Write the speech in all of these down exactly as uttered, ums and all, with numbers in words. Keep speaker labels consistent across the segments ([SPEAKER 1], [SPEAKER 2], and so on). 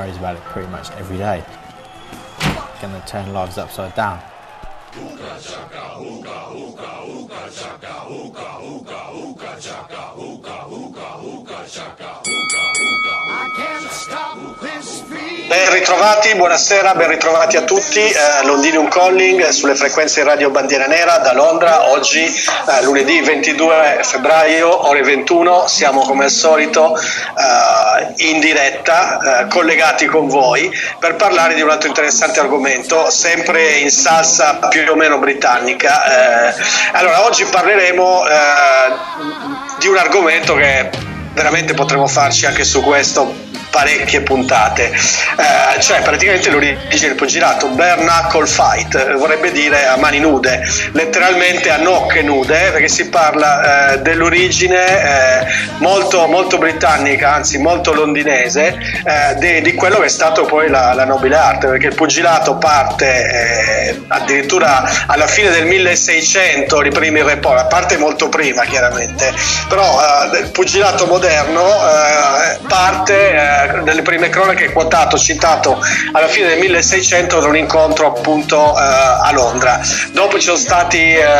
[SPEAKER 1] worries about it pretty much every day. Gonna turn lives upside down. Hookah chaka, hookah, hookah, hookah chaka, hookah, hookah, hookah chaka, hookah, hookah, hookah chaka, hookah, hookah. I can't stop this feeling. Ben ritrovati, buonasera, ben ritrovati a tutti. Eh, Londinium Calling sulle frequenze di Radio Bandiera Nera da Londra. Oggi eh, lunedì ventidue febbraio, ore ventuno. Siamo come al solito eh, in diretta, eh, collegati con voi per parlare di un altro interessante argomento, sempre in salsa più o meno britannica. Eh, allora, oggi parleremo eh, di un argomento che veramente potremo farci anche su questo parecchie puntate, eh, cioè praticamente l'origine del pugilato, bare knuckle fight, vorrebbe dire a mani nude, letteralmente a nocche nude, perché si parla eh, dell'origine eh, molto, molto britannica, anzi molto londinese, eh, di, di quello che è stato poi la, la nobile arte, perché il pugilato parte eh, addirittura alla fine del milleseicento, i primi report, parte molto prima chiaramente, però eh, il pugilato moderno eh, parte eh, delle prime cronache quotato, citato alla fine del milleseicento da un incontro appunto eh, a Londra. Dopo ci sono stati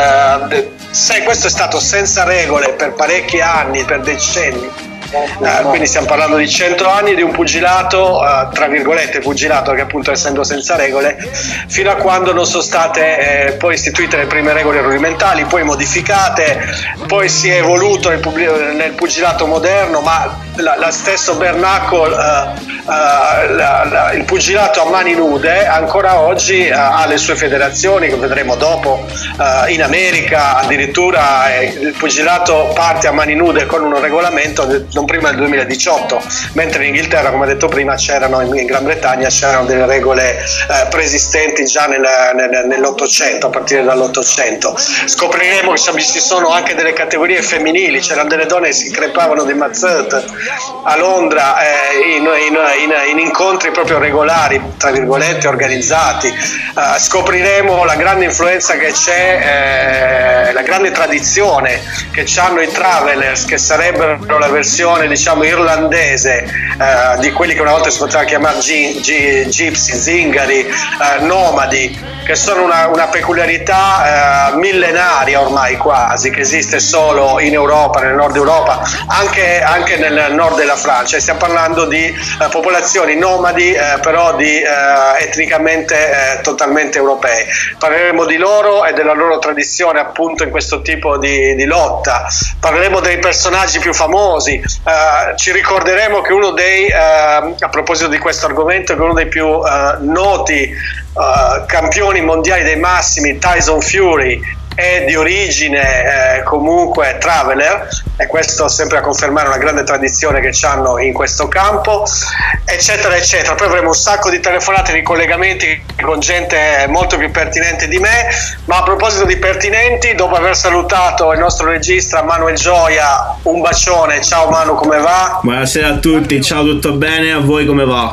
[SPEAKER 1] eh, se, questo è stato senza regole per parecchi anni, per decenni. Uh, quindi stiamo parlando di cento anni di un pugilato, uh, tra virgolette pugilato, che appunto essendo senza regole, fino a quando non sono state eh, poi istituite le prime regole rudimentali, poi modificate, poi si è evoluto nel, nel pugilato moderno, ma la, la stesso bare knuckle, uh, uh, la, la, il pugilato a mani nude ancora oggi uh, ha le sue federazioni, che vedremo dopo. Uh, in America addirittura eh, il pugilato parte a mani nude con un regolamento non prima del duemiladiciotto, mentre in Inghilterra, come detto prima, c'erano in Gran Bretagna c'erano delle regole eh, preesistenti già nel, nel, nell'Ottocento, a partire dall'Ottocento. Scopriremo che ci sono anche delle categorie femminili, c'erano delle donne che si crepavano di mazzette a Londra eh, in, in, in, in incontri proprio regolari, tra virgolette, organizzati. Uh, scopriremo la grande influenza che c'è, eh, la grande tradizione che hanno i travelers, che sarebbero la versione diciamo irlandese eh, di quelli che una volta si poteva chiamare gi- gi- gypsy, zingari, eh, nomadi, che sono una, una peculiarità eh, millenaria ormai quasi, che esiste solo in Europa, nel nord Europa, anche, anche nel nord della Francia. Stiamo parlando di eh, popolazioni nomadi, eh, però di eh, etnicamente eh, totalmente europei. Parleremo di loro e della loro tradizione appunto in questo tipo di, di lotta. Parleremo dei personaggi più famosi. Uh, ci ricorderemo che uno dei, uh, a proposito di questo argomento, che uno dei più uh, noti uh, campioni mondiali dei massimi, Tyson Fury, è di origine eh, comunque traveler, e questo sempre a confermare una grande tradizione che hanno in questo campo, eccetera eccetera. Poi avremo un sacco di telefonate, di collegamenti con gente molto più pertinente di me. Ma a proposito di pertinenti, dopo aver salutato il nostro regista Manuel Gioia, un bacione. Ciao Manu, come va?
[SPEAKER 2] Buonasera a tutti, ciao, tutto bene? A voi come va?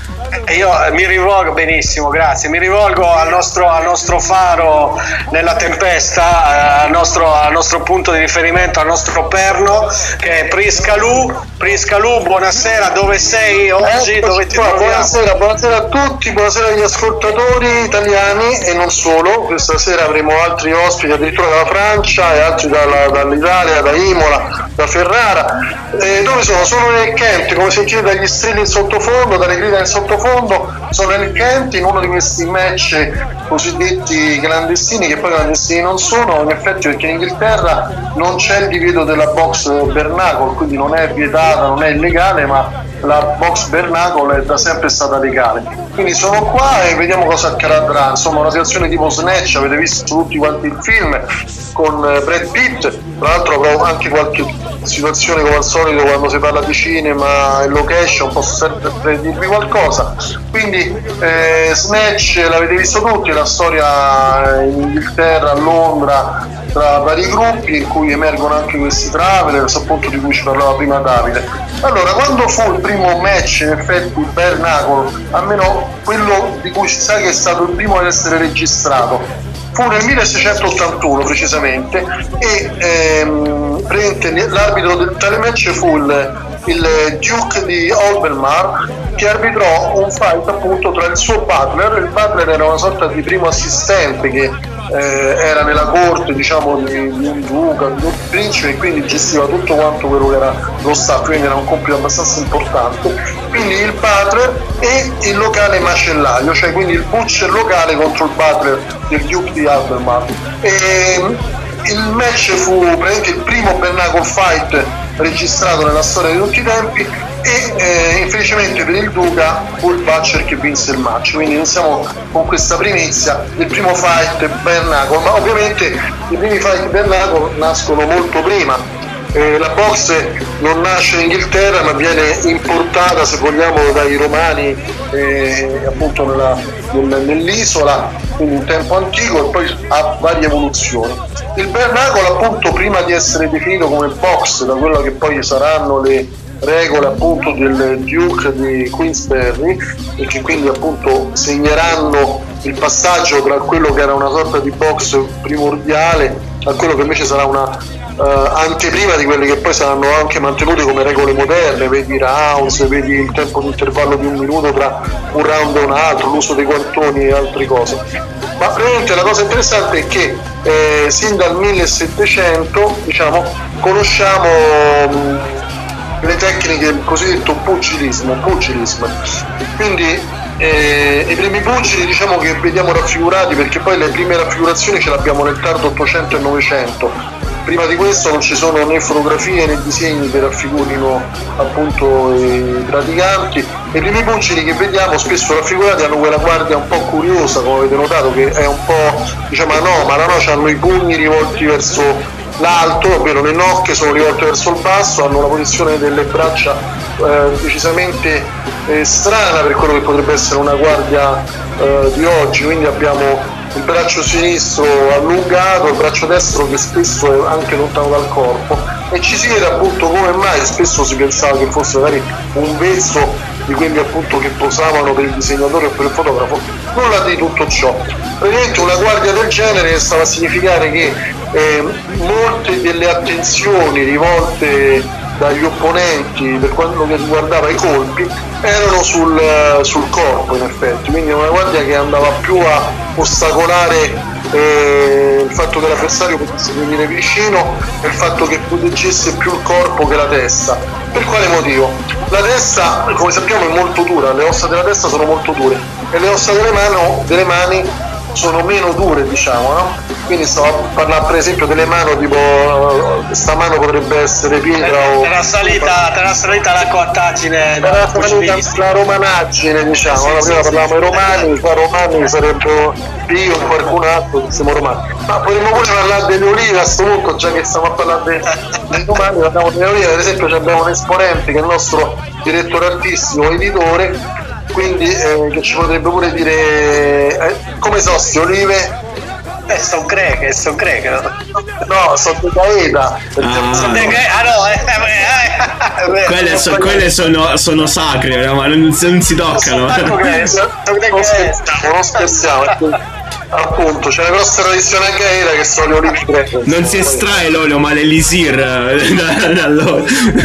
[SPEAKER 1] E io mi rivolgo, benissimo, grazie, mi rivolgo al nostro, al nostro faro nella tempesta, eh, al, nostro, al nostro punto di riferimento, al nostro perno, che è Priscalù. Priscalù, buonasera, dove sei oggi?
[SPEAKER 3] Eh,
[SPEAKER 1] dove ti
[SPEAKER 3] troviamo? Buonasera, buonasera a tutti, buonasera agli ascoltatori italiani e non solo. Questa sera avremo altri ospiti addirittura dalla Francia e altri dalla, dall'Italia, da Imola, da Ferrara. Eh, dove sono? Sono nel Kent, come sentite dagli strilli in sottofondo, dalle grida in sottofondo. Sono nel Kent in uno di questi match cosiddetti clandestini, che poi clandestini non sono, in effetti, perché in Inghilterra non c'è il divieto della box bare knuckle, quindi non è vietata, non è illegale, ma la box bare knuckle è da sempre stata legale. Quindi sono qua e vediamo cosa accadrà. Insomma, una situazione tipo Snatch, avete visto tutti quanti il film con Brad Pitt. Tra l'altro avrò anche qualche situazione, come al solito quando si parla di cinema e location posso sempre dirvi qualcosa. Quindi eh, Snatch l'avete visto tutti, la storia in Inghilterra, a Londra, tra vari gruppi in cui emergono anche questi travelers, appunto, di cui ci parlava prima Davide. Allora, quando fu il primo match, in effetti, bare knuckle, almeno quello di cui si sa che è stato il primo ad essere registrato, fu nel milleseicentottantuno precisamente, e ehm, l'arbitro del tale match fu il, il Duke di Albemarle, che arbitrò un fight appunto tra il suo butler. Il butler era una sorta di primo assistente che eh, era nella corte, diciamo, di, di un duca, di un principe, e quindi gestiva tutto quanto quello che era lo staff, quindi era un compito abbastanza importante. Quindi il butler e il locale macellaio, cioè quindi il butcher locale contro il butler del Duke di Albemarle. E il match fu praticamente il primo Bernacle fight registrato nella storia di tutti i tempi, e eh, infelicemente per il Duca fu il Butcher che vinse il match. Quindi iniziamo con questa primizia del primo fight Bernacle, ma ovviamente i primi fight Bernacle nascono molto prima. Eh, la box non nasce in Inghilterra, ma viene importata, se vogliamo, dai romani eh, appunto nella, nel, nell'isola, quindi in tempo antico, e poi ha varie evoluzioni. Il Bernacle, appunto, prima di essere definito come box da quello che poi saranno le regole appunto del Duke di Queensberry, e che quindi appunto segneranno il passaggio tra quello che era una sorta di box primordiale a quello che invece sarà una Uh, anteprima di quelle che poi saranno anche mantenute come regole moderne, vedi rounds, vedi il tempo di intervallo di un minuto tra un round e un altro, l'uso dei guantoni e altre cose. Ma praticamente la cosa interessante è che eh, sin dal millesettecento, diciamo, conosciamo mh, le tecniche del cosiddetto pugilismo, pugilismo. Quindi eh, i primi pugili, diciamo, che vediamo raffigurati, perché poi le prime raffigurazioni ce l'abbiamo nel tardo Ottocento e Novecento. Prima di questo non ci sono né fotografie né disegni che raffigurino appunto i praticanti. E i primi pugili che vediamo spesso raffigurati hanno quella guardia un po' curiosa, come avete notato, che è un po', diciamo, anomala, no? Hanno i pugni rivolti verso l'alto, ovvero le nocche sono rivolte verso il basso, hanno la posizione delle braccia eh, decisamente eh, strana per quello che potrebbe essere una guardia eh, di oggi. Quindi abbiamo il braccio sinistro allungato, il braccio destro che spesso è anche lontano dal corpo, e ci si vede appunto come mai spesso si pensava che fosse magari un vezzo di quelli appunto che posavano per il disegnatore o per il fotografo. Nulla di tutto ciò. Praticamente una guardia del genere stava a significare che eh, molte delle attenzioni rivolte dagli opponenti per quello che riguardava i colpi erano sul, sul corpo, in effetti. Quindi una guardia che andava più a ostacolare eh, il fatto che l'avversario potesse venire vicino e il fatto che proteggesse più il corpo che la testa. Per quale motivo? La testa, come sappiamo, è molto dura, le ossa della testa sono molto dure e le ossa delle mani, delle mani sono meno dure, diciamo, no? Quindi stavo a parlare per esempio delle mani, tipo questa mano potrebbe essere pietra o...
[SPEAKER 4] Te l'ha salita, te l'ha salita la coattaggine,
[SPEAKER 3] te l'ha salita la romanaggine, diciamo, sì, no? Prima sì, parlavamo sì, i romani, sì. Qua romani sarebbero io e qualcun altro, siamo romani. Ma potremmo pure parlare delle olive a questo punto, già che stiamo a parlare dei romani, parliamo delle olive. Per esempio abbiamo un esponente che è il nostro direttore artistico, editore, quindi eh, che ci potrebbe pure dire eh, come sono queste olive?
[SPEAKER 4] Eh, sono greche, sono greche.
[SPEAKER 3] No, sono di Gaeta.
[SPEAKER 4] Ah, sono di Gaeta, ah no, eh, eh, eh,
[SPEAKER 2] quelle, so, quelle sono, sono sacre, no? Ma non, non si toccano.
[SPEAKER 3] Non scherziamo, non scherziamo. Appunto, c'è la nostra tradizione a Gaeta che sono le olive greche.
[SPEAKER 2] Non si estrae l'olio, ma l'elisir dall'olio.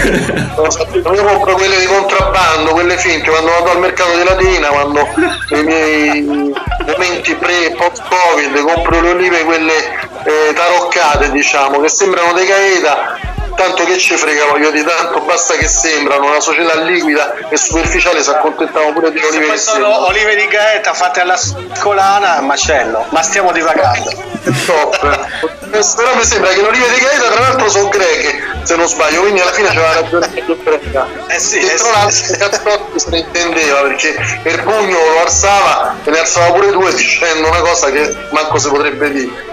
[SPEAKER 3] Io compro quelle di contrabbando, quelle finte, quando vado al mercato di Latina, quando nei miei momenti pre e post covid compro le olive, quelle eh, taroccate, diciamo, che sembrano di Gaeta. Tanto che ci frega, voglio dire, tanto basta che sembrano una società liquida e superficiale, si accontentavamo pure di olive che
[SPEAKER 4] sono olive di Gaeta fatte alla scolana, macello, ma stiamo divagando.
[SPEAKER 3] Top. Però mi sembra che le olive di Gaeta tra l'altro sono greche, se non sbaglio, quindi alla fine c'era ragione più greca.
[SPEAKER 4] Eh sì,
[SPEAKER 3] e
[SPEAKER 4] eh
[SPEAKER 3] tra l'altro sì. Cazzotti se ne intendeva, perché per pugno lo alzava e ne alzava pure due dicendo una cosa che manco si potrebbe dire.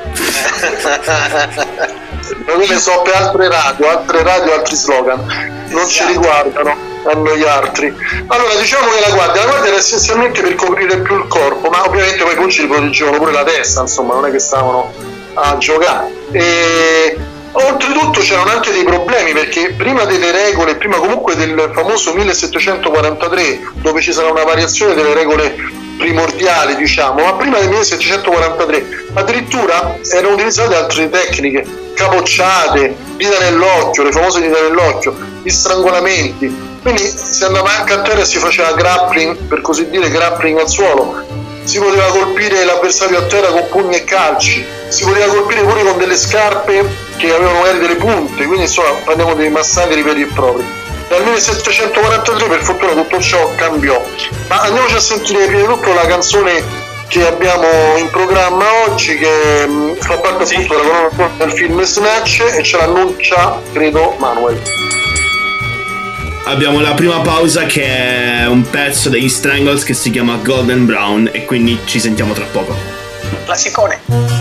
[SPEAKER 3] Non ne so per altre radio, altre radio, altri slogan, non ci riguardano a noi altri. Allora, diciamo che la guardia, la guardia era essenzialmente per coprire più il corpo, ma ovviamente poi i pugili proteggevano pure la testa, insomma, non è che stavano a giocare. E oltretutto c'erano anche dei problemi, perché prima delle regole, prima comunque del famoso millesettecentoquarantatré, dove ci sarà una variazione delle regole primordiali, diciamo, ma prima del millesettecentoquarantatré addirittura erano utilizzate altre tecniche, capocciate, dita nell'occhio, le famose dita nell'occhio, gli strangolamenti, quindi si andava anche a terra e si faceva grappling, per così dire grappling al suolo, si poteva colpire l'avversario a terra con pugni e calci, si poteva colpire pure con delle scarpe che avevano magari delle punte, quindi insomma parliamo dei massacri veri e propri. Dal millesettecentoquarantatré per fortuna tutto ciò cambiò, ma andiamoci a sentire prima di tutto la canzone che abbiamo in programma oggi, che mh, fa parte
[SPEAKER 4] Sì.
[SPEAKER 3] appunto della colonna del film Snatch, e ce l'annuncia credo Manuel.
[SPEAKER 2] Abbiamo la prima pausa che è un pezzo degli Strangles che si chiama Golden Brown e quindi ci sentiamo tra poco.
[SPEAKER 4] Classicone.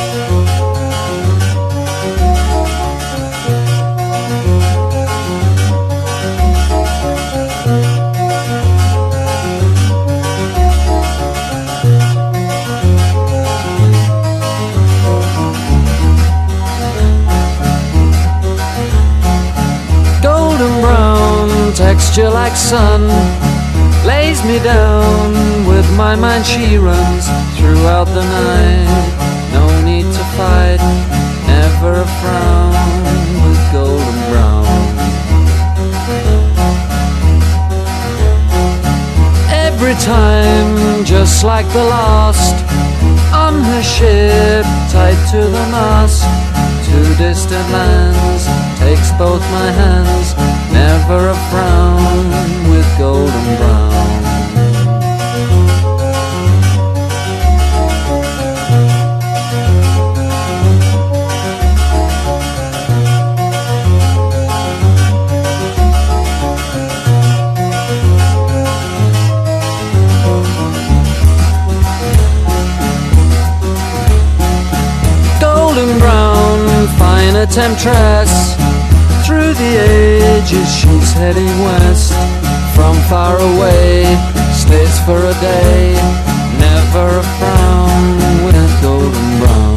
[SPEAKER 5] Golden brown, texture like sun, lays me down. With my mind she runs throughout the night. No need to fight, never a frown. With golden brown, every time just like the last. On her ship, tied to the mast, to distant lands, takes both my hands, never a frown. With golden brown, golden brown, fine a temptress. Through the ages she's heading west. From far away, stays for a day, never a frown. With golden brown,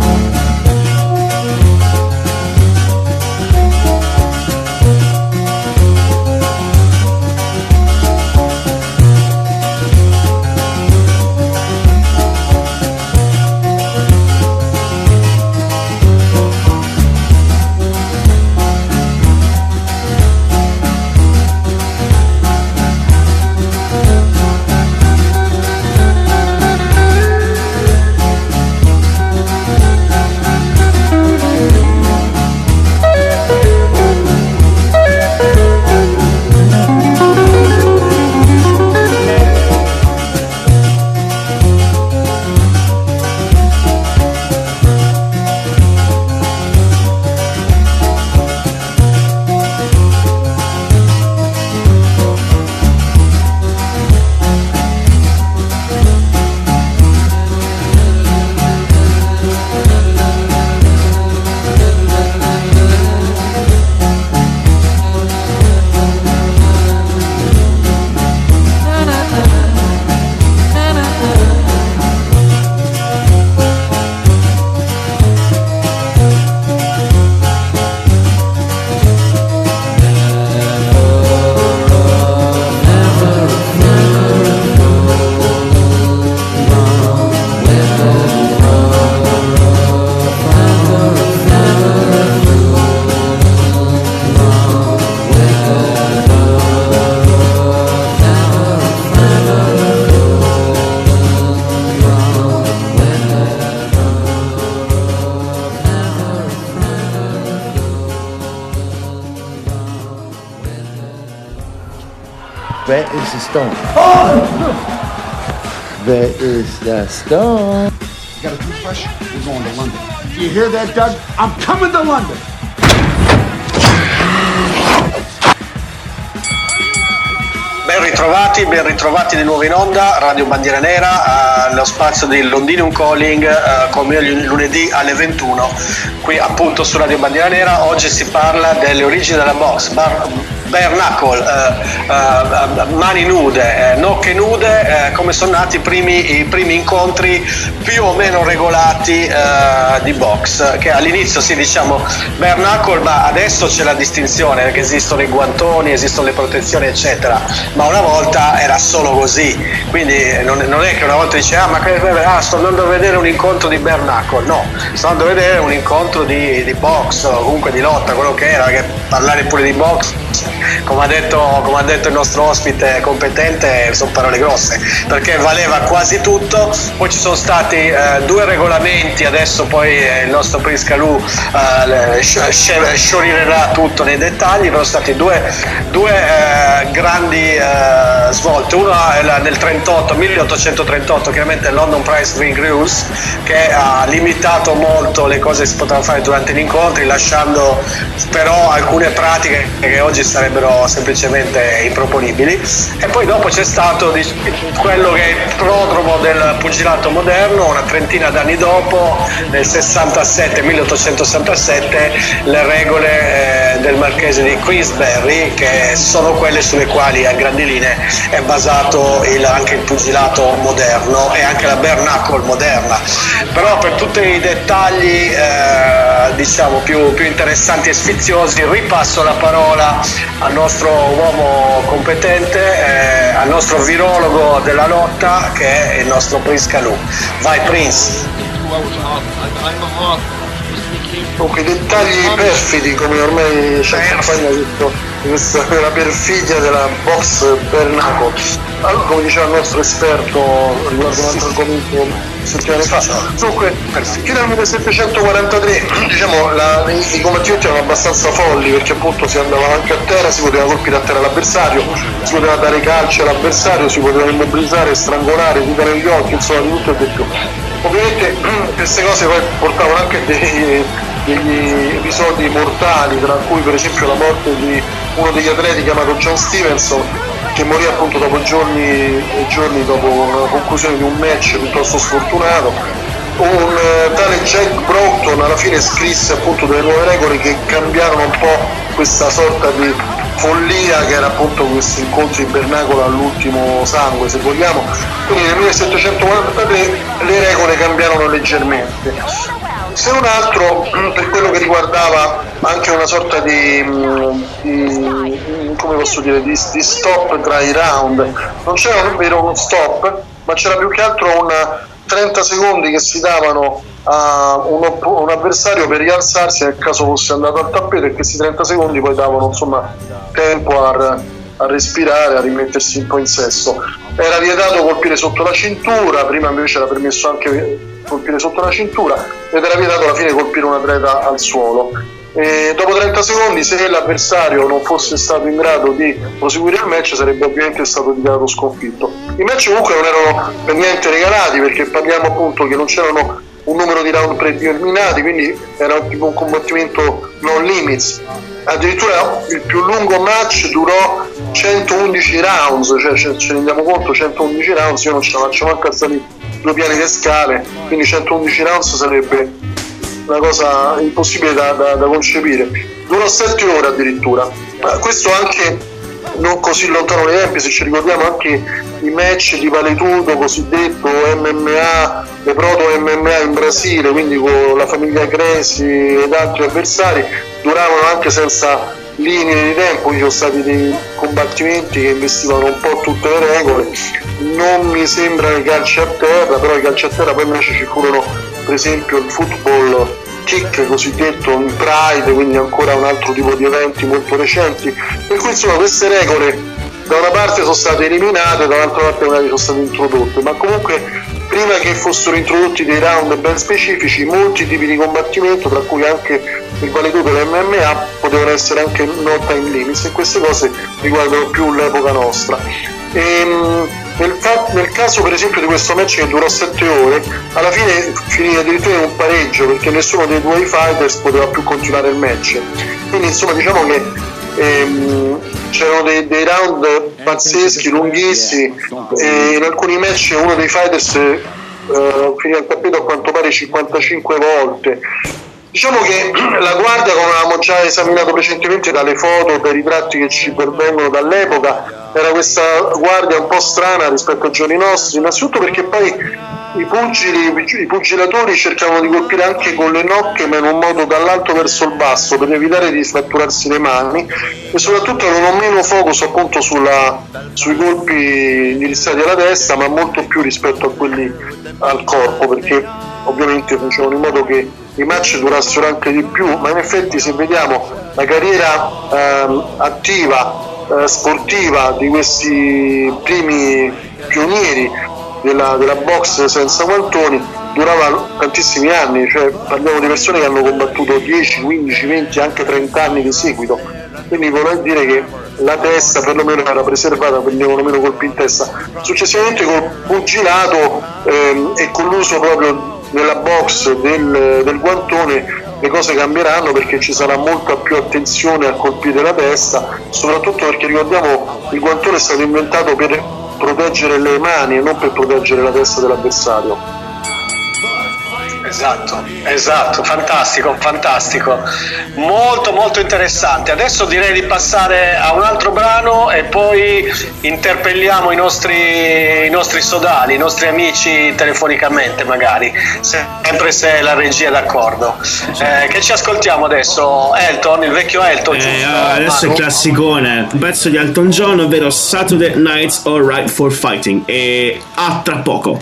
[SPEAKER 6] Where is the stone? Where is the stone?
[SPEAKER 7] You got a toothbrush? We're going to London. Do you hear that, Doug? I'm coming to London.
[SPEAKER 4] Ben ritrovati, ben ritrovati di nuovo in onda, Radio Bandiera Nera, allo spazio del Londinium Calling, eh, come lunedì alle ventuno, qui appunto su Radio Bandiera Nera. Oggi si parla delle origini della box, bar, bare knuckle, eh, eh, mani nude, eh, nocche nude, eh, come sono nati i primi, i primi incontri più o meno regolati eh, di box, che all'inizio si diciamo bare knuckle, ma adesso c'è la distinzione perché esistono i guantoni, esistono le protezioni eccetera, ma una volta era solo così, quindi non, non è che una volta dice ah ma che, ah, sto andando a vedere un incontro di bare knuckle, no, sto andando a vedere un incontro di, di box o comunque di lotta, quello che era, che parlare pure di box come ha detto, come ha detto il nostro ospite competente, sono parole grosse, perché valeva quasi tutto. Poi ci sono stati eh, due regolamenti, adesso poi eh, il nostro Prince Kalu eh, sciorirà tutto nei dettagli, però sono stati due, due eh, grandi eh, svolte. Una è la, nel trentotto, milleottocentotrentotto, chiaramente il London Prize Ring Rules, che ha limitato molto le cose che si potevano fare durante gli incontri, lasciando però alcune pratiche che oggi sarebbero semplicemente improponibili. E poi dopo c'è stato quello che è il prodromo del pugilato moderno, una trentina d'anni dopo, nel sessantasette, milleottocentosessantasette, le regole eh, del marchese di Queensberry, che sono quelle sulle quali a grandi linee è basato il, anche il pugilato moderno e anche la bare knuckle moderna. Però per tutti i dettagli eh, diciamo più, più interessanti e sfiziosi ripasso la parola al nostro uomo competente, eh, al nostro virologo della lotta, che è il nostro Prince Kalu. Vai Prince.
[SPEAKER 3] Dunque, i dettagli perfidi, come ormai c'è il campagna detto, questa è la perfidia della box bare knuckle. Allora, come diceva il nostro esperto riguardo un altro argomento settimane fa, dunque fino al millesettecentoquarantatré diciamo la, i, i combattimenti erano abbastanza folli, perché appunto si andava anche a terra, si poteva colpire a terra l'avversario, si poteva dare calci all'avversario, si poteva immobilizzare, strangolare, ridere negli occhi, insomma di tutto e di più. Ovviamente queste cose poi portavano anche dei, degli episodi mortali, tra cui per esempio la morte di uno degli atleti chiamato John Stevenson, che morì appunto dopo giorni e giorni dopo una conclusione di un match piuttosto sfortunato. Un uh, tale Jack Broughton alla fine scrisse appunto delle nuove regole che cambiarono un po' questa sorta di follia che era appunto questi incontri in Bernacolo all'ultimo sangue, se vogliamo. Quindi nel millesettecentoquarantatré le regole cambiarono leggermente. Se non altro per quello che riguardava anche una sorta di, di come posso dire, di, di stop tra i round, non c'era un vero uno stop, ma c'era più che altro un trenta secondi che si davano a un, un avversario per rialzarsi nel caso fosse andato al tappeto, e questi trenta secondi poi davano insomma tempo a, a respirare, a rimettersi un po' in sesto. Era vietato colpire sotto la cintura, prima invece era permesso anche colpire sotto la cintura, ed era vietato alla fine colpire un atleta al suolo. E dopo trenta secondi, se l'avversario non fosse stato in grado di proseguire il match, sarebbe ovviamente stato dichiarato sconfitto. I match comunque non erano per niente regalati, perché parliamo appunto che non c'erano un numero di round predeterminati, quindi era tipo un combattimento non limits. Addirittura il più lungo match durò centoundici rounds, cioè ce, ce ne rendiamo conto, centoundici rounds, io non ce la faccio manco a salire due piani di scale, quindi centoundici rounds sarebbe una cosa impossibile da, da, da concepire. Durò sette ore addirittura, ma questo anche non così lontano nei tempi, se ci ricordiamo anche i match di Vale Tudo, cosiddetto M M A, le proto M M A in Brasile, quindi con la famiglia Cresi ed altri avversari, duravano anche senza linee di tempo. Ci sono stati dei combattimenti che investivano un po' tutte le regole, non mi sembra i calci a terra, però i calci a terra poi invece ci furono per esempio il football kick cosiddetto in Pride, quindi ancora un altro tipo di eventi molto recenti, per cui insomma queste regole da una parte sono state eliminate, dall'altra parte magari sono state introdotte, ma comunque prima che fossero introdotti dei round ben specifici, molti tipi di combattimento, tra cui anche il vale tutto e l'M M A, potevano essere anche no time limits, e queste cose riguardano più l'epoca nostra. E, nel, fa- nel caso per esempio di questo match che durò sette ore, alla fine finì addirittura in un pareggio, perché nessuno dei due fighters poteva più continuare il match. Quindi insomma diciamo che ehm, c'erano dei, dei round pazzeschi, lunghissimi, e in alcuni match uno dei fighters eh, finì al tappeto a quanto pare cinquantacinque volte. Diciamo che la guardia, come avevamo già esaminato precedentemente dalle foto, dai ritratti che ci pervengono dall'epoca, era questa guardia un po' strana rispetto ai giorni nostri, innanzitutto perché poi i pugili, i pugilatori cercavano di colpire anche con le nocche, ma in un modo dall'alto verso il basso, per evitare di fratturarsi le mani, e soprattutto avevano meno focus appunto sulla, sui colpi indirizzati alla testa, ma molto più rispetto a quelli al corpo, perché ovviamente facevano in modo che i match durassero anche di più, ma in effetti se vediamo la carriera ehm, attiva, eh, sportiva di questi primi pionieri della, della box senza guantoni durava tantissimi anni, cioè parliamo di persone che hanno combattuto dieci, quindici, venti, anche trenta anni di seguito, quindi vorrei dire che la testa perlomeno era preservata, prendevano meno colpi in testa. Successivamente col pugilato ehm, e con l'uso proprio nella box del, del guantone le cose cambieranno, perché ci sarà molta più attenzione a colpire la testa, soprattutto perché ricordiamo il guantone è stato inventato per proteggere le mani e non per proteggere la testa dell'avversario.
[SPEAKER 4] Esatto, esatto, fantastico, fantastico, molto molto interessante. Adesso direi di passare a un altro brano e poi interpelliamo i nostri, i nostri sodali, i nostri amici telefonicamente magari, sempre se la regia è d'accordo. Eh, che ci ascoltiamo adesso? Elton, il vecchio Elton,
[SPEAKER 2] eh,
[SPEAKER 4] giusto?
[SPEAKER 2] adesso è il classicone, un pezzo di Elton John, ovvero Saturday Night's Alright for Fighting, e a tra poco.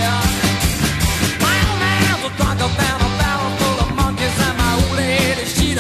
[SPEAKER 8] She's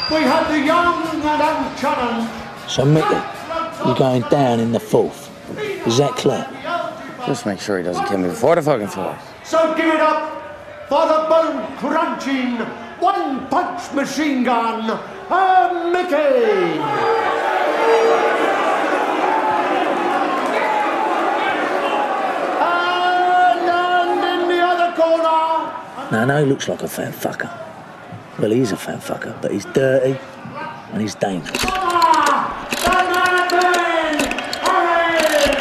[SPEAKER 7] we have the young and unchallenged.
[SPEAKER 8] So, Mickey, you're going down in the fourth. Is that clear?
[SPEAKER 6] Just make sure he doesn't kill me before the fucking fourth.
[SPEAKER 7] So give it up for the bone-crunching, one-punch machine gun, uh, Mickey! And, and in the other corner...
[SPEAKER 8] Now, I know he looks like a fat fucker. Well, he's a fat fucker, but he's dirty and he's dangerous.
[SPEAKER 7] Ah, the Mannequin Harris!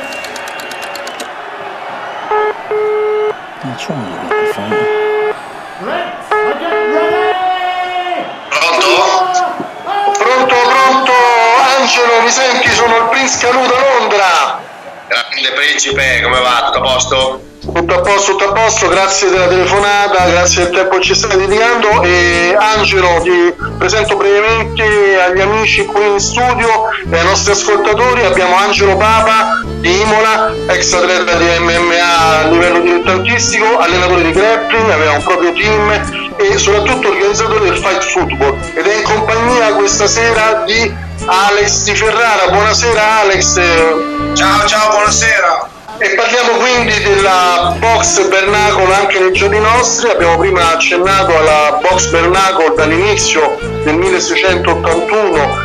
[SPEAKER 8] Now, try and look like a fighter.
[SPEAKER 7] Let's get ready!
[SPEAKER 3] Pronto? Pronto, pronto, Angelo, mi senti? Sono il Prince Calù da Londra.
[SPEAKER 4] Grande principe, come va? Tutto a posto?
[SPEAKER 3] Tutto a posto, tutto a posto, grazie della telefonata, grazie del tempo che ci state dedicando. E Angelo, ti presento brevemente agli amici qui in studio e ai nostri ascoltatori. Abbiamo Angelo Papa di Imola, ex atleta di M M A a livello dilettantistico, allenatore di grappling, aveva un proprio team e soprattutto organizzatore del Fight Football, ed è in compagnia questa sera di Alex Di Ferrara. Buonasera Alex.
[SPEAKER 4] Ciao, ciao, buonasera.
[SPEAKER 3] E parliamo quindi della Box Bernacle anche nei giorni nostri. Abbiamo prima accennato alla Box Bernacle dall'inizio del milleseicentottantuno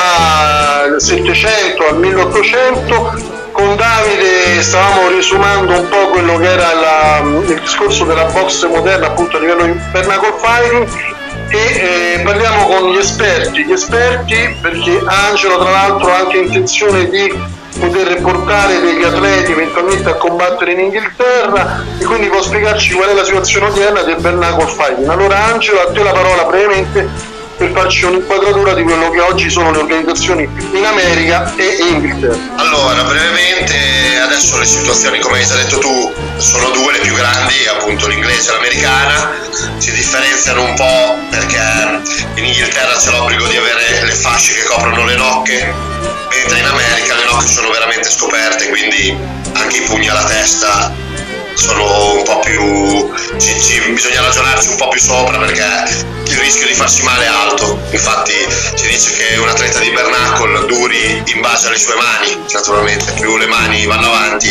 [SPEAKER 3] al settecento, al milleottocento. Con Davide stavamo riesumando un po' quello che era la, il discorso della box moderna appunto a livello di Bernacle Fighting, e eh, parliamo con gli esperti, gli esperti perché Angelo tra l'altro ha anche intenzione di poter portare degli atleti eventualmente a combattere in Inghilterra, e quindi può spiegarci qual è la situazione odierna del Bernacle Fighting. Allora Angelo, a te la parola brevemente per farci un'inquadratura di quello che oggi sono le organizzazioni in America e in Inghilterra.
[SPEAKER 4] Allora, brevemente, adesso le situazioni, come hai già detto tu, sono due le più grandi, appunto l'inglese e l'americana. Si differenziano un po' perché in Inghilterra c'è l'obbligo di avere le fasce che coprono le nocche, mentre in America le nocche sono veramente scoperte, quindi anche i pugni alla testa sono un po' più... Ci, ci, bisogna ragionarci un po' più sopra perché il rischio di farsi male è alto. Infatti si dice che un atleta di Bernacle duri in base alle sue mani, naturalmente più le mani vanno avanti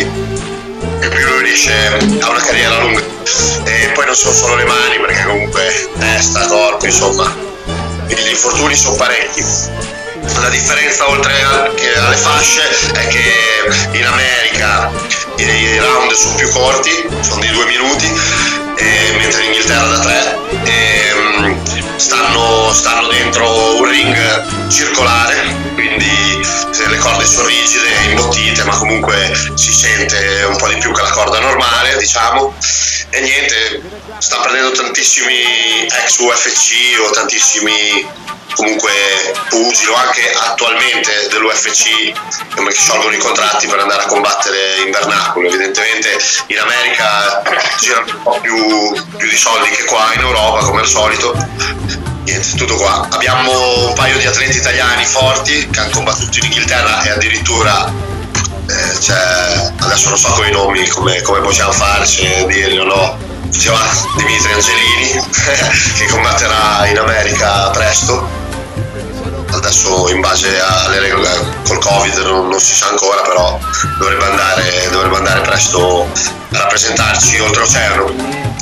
[SPEAKER 4] e più lui riesce a una carriera lunga. E poi non sono solo le mani, perché comunque testa, corpo, insomma gli infortuni sono parecchi. La differenza oltre alle fasce è che in America i round sono più corti, sono di due minuti, e, mentre in Inghilterra da tre, e, stanno, stanno dentro un ring circolare, quindi le corde sono rigide, imbottite, ma comunque si sente un po' di più che la corda normale, diciamo. E niente, sta prendendo tantissimi ex U F C o tantissimi comunque pugili o anche attualmente dell'U F C che sciolgono i contratti per andare a combattere in Bernacle. Evidentemente in America girano un po' più, più di soldi che qua in Europa, come al solito. Niente, tutto qua. Abbiamo un paio di atleti italiani forti che hanno combattuto in Inghilterra e addirittura eh, cioè, adesso non so con i nomi come, come possiamo farci, dirli o no. Diceva Dimitri Angelini che combatterà in America presto. Adesso in base alle regole col Covid non, non si sa ancora, però dovrebbe andare, dovrebbe andare presto a rappresentarci oltreoceano.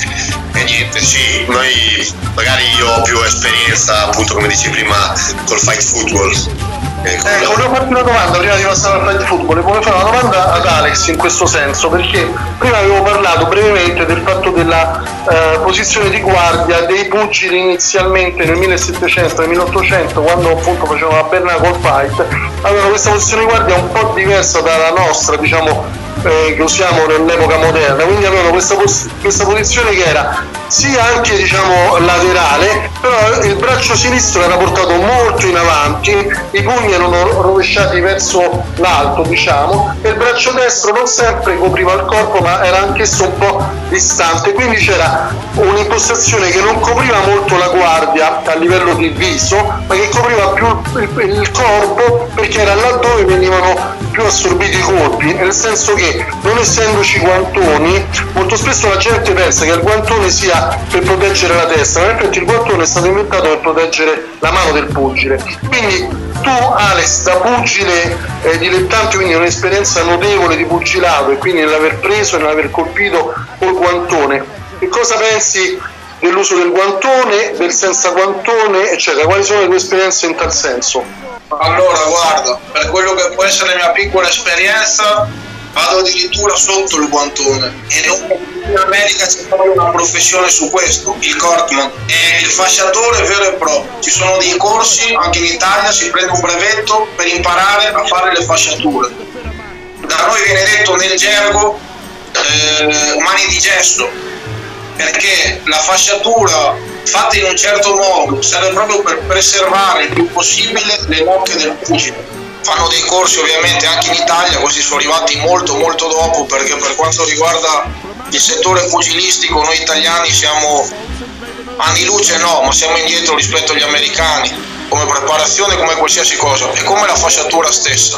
[SPEAKER 4] E niente, sì, noi magari io ho più esperienza, appunto come dici prima, col Fight Football.
[SPEAKER 3] Eh, volevo farti una domanda prima di passare al Fight Football, volevo fare una domanda ad Alex in questo senso, perché prima avevo parlato brevemente del fatto della eh, posizione di guardia dei pugili inizialmente nel millesettecento, nel milleottocento, quando appunto facevano la Bernacle Fight, avevano questa posizione di guardia un po' diversa dalla nostra, diciamo, eh, che usiamo nell'epoca moderna, quindi avevano questa, pos- questa posizione che era sia anche diciamo laterale, però il braccio sinistro era portato molto in avanti, i pugni erano rovesciati verso l'alto, diciamo, e il braccio destro non sempre copriva il corpo, ma era anch'esso un po' distante, quindi c'era un'impostazione che non copriva molto la guardia a livello di viso, ma che copriva più il, il corpo, perché era laddove venivano più assorbito i colpi, nel senso che non essendoci guantoni, molto spesso la gente pensa che il guantone sia per proteggere la testa, ma in effetti il guantone è stato inventato per proteggere la mano del pugile. Quindi tu, Alex, da pugile eh, dilettante, quindi un'esperienza notevole di pugilato e quindi nell'aver preso e nell'aver colpito col guantone, che cosa pensi dell'uso del guantone, del senza guantone, eccetera? Quali sono le tue esperienze in tal senso?
[SPEAKER 9] Allora, guarda, per quello che può essere la mia piccola esperienza, vado addirittura sotto il guantone, e non in America c'è proprio una professione su questo, il Cortman, è il fasciatore vero e proprio. Ci sono dei corsi, anche in Italia si prende un brevetto per imparare a fare le fasciature. Da noi viene detto nel gergo eh, mani di gesso, perché la fasciatura fatta in un certo modo serve proprio per preservare il più possibile le nocche del pugile. Fanno dei corsi ovviamente anche in Italia, questi sono arrivati molto molto dopo, perché per quanto riguarda il settore pugilistico noi italiani siamo anni luce, no, ma siamo indietro rispetto agli americani, come preparazione, come qualsiasi cosa, e come la fasciatura stessa.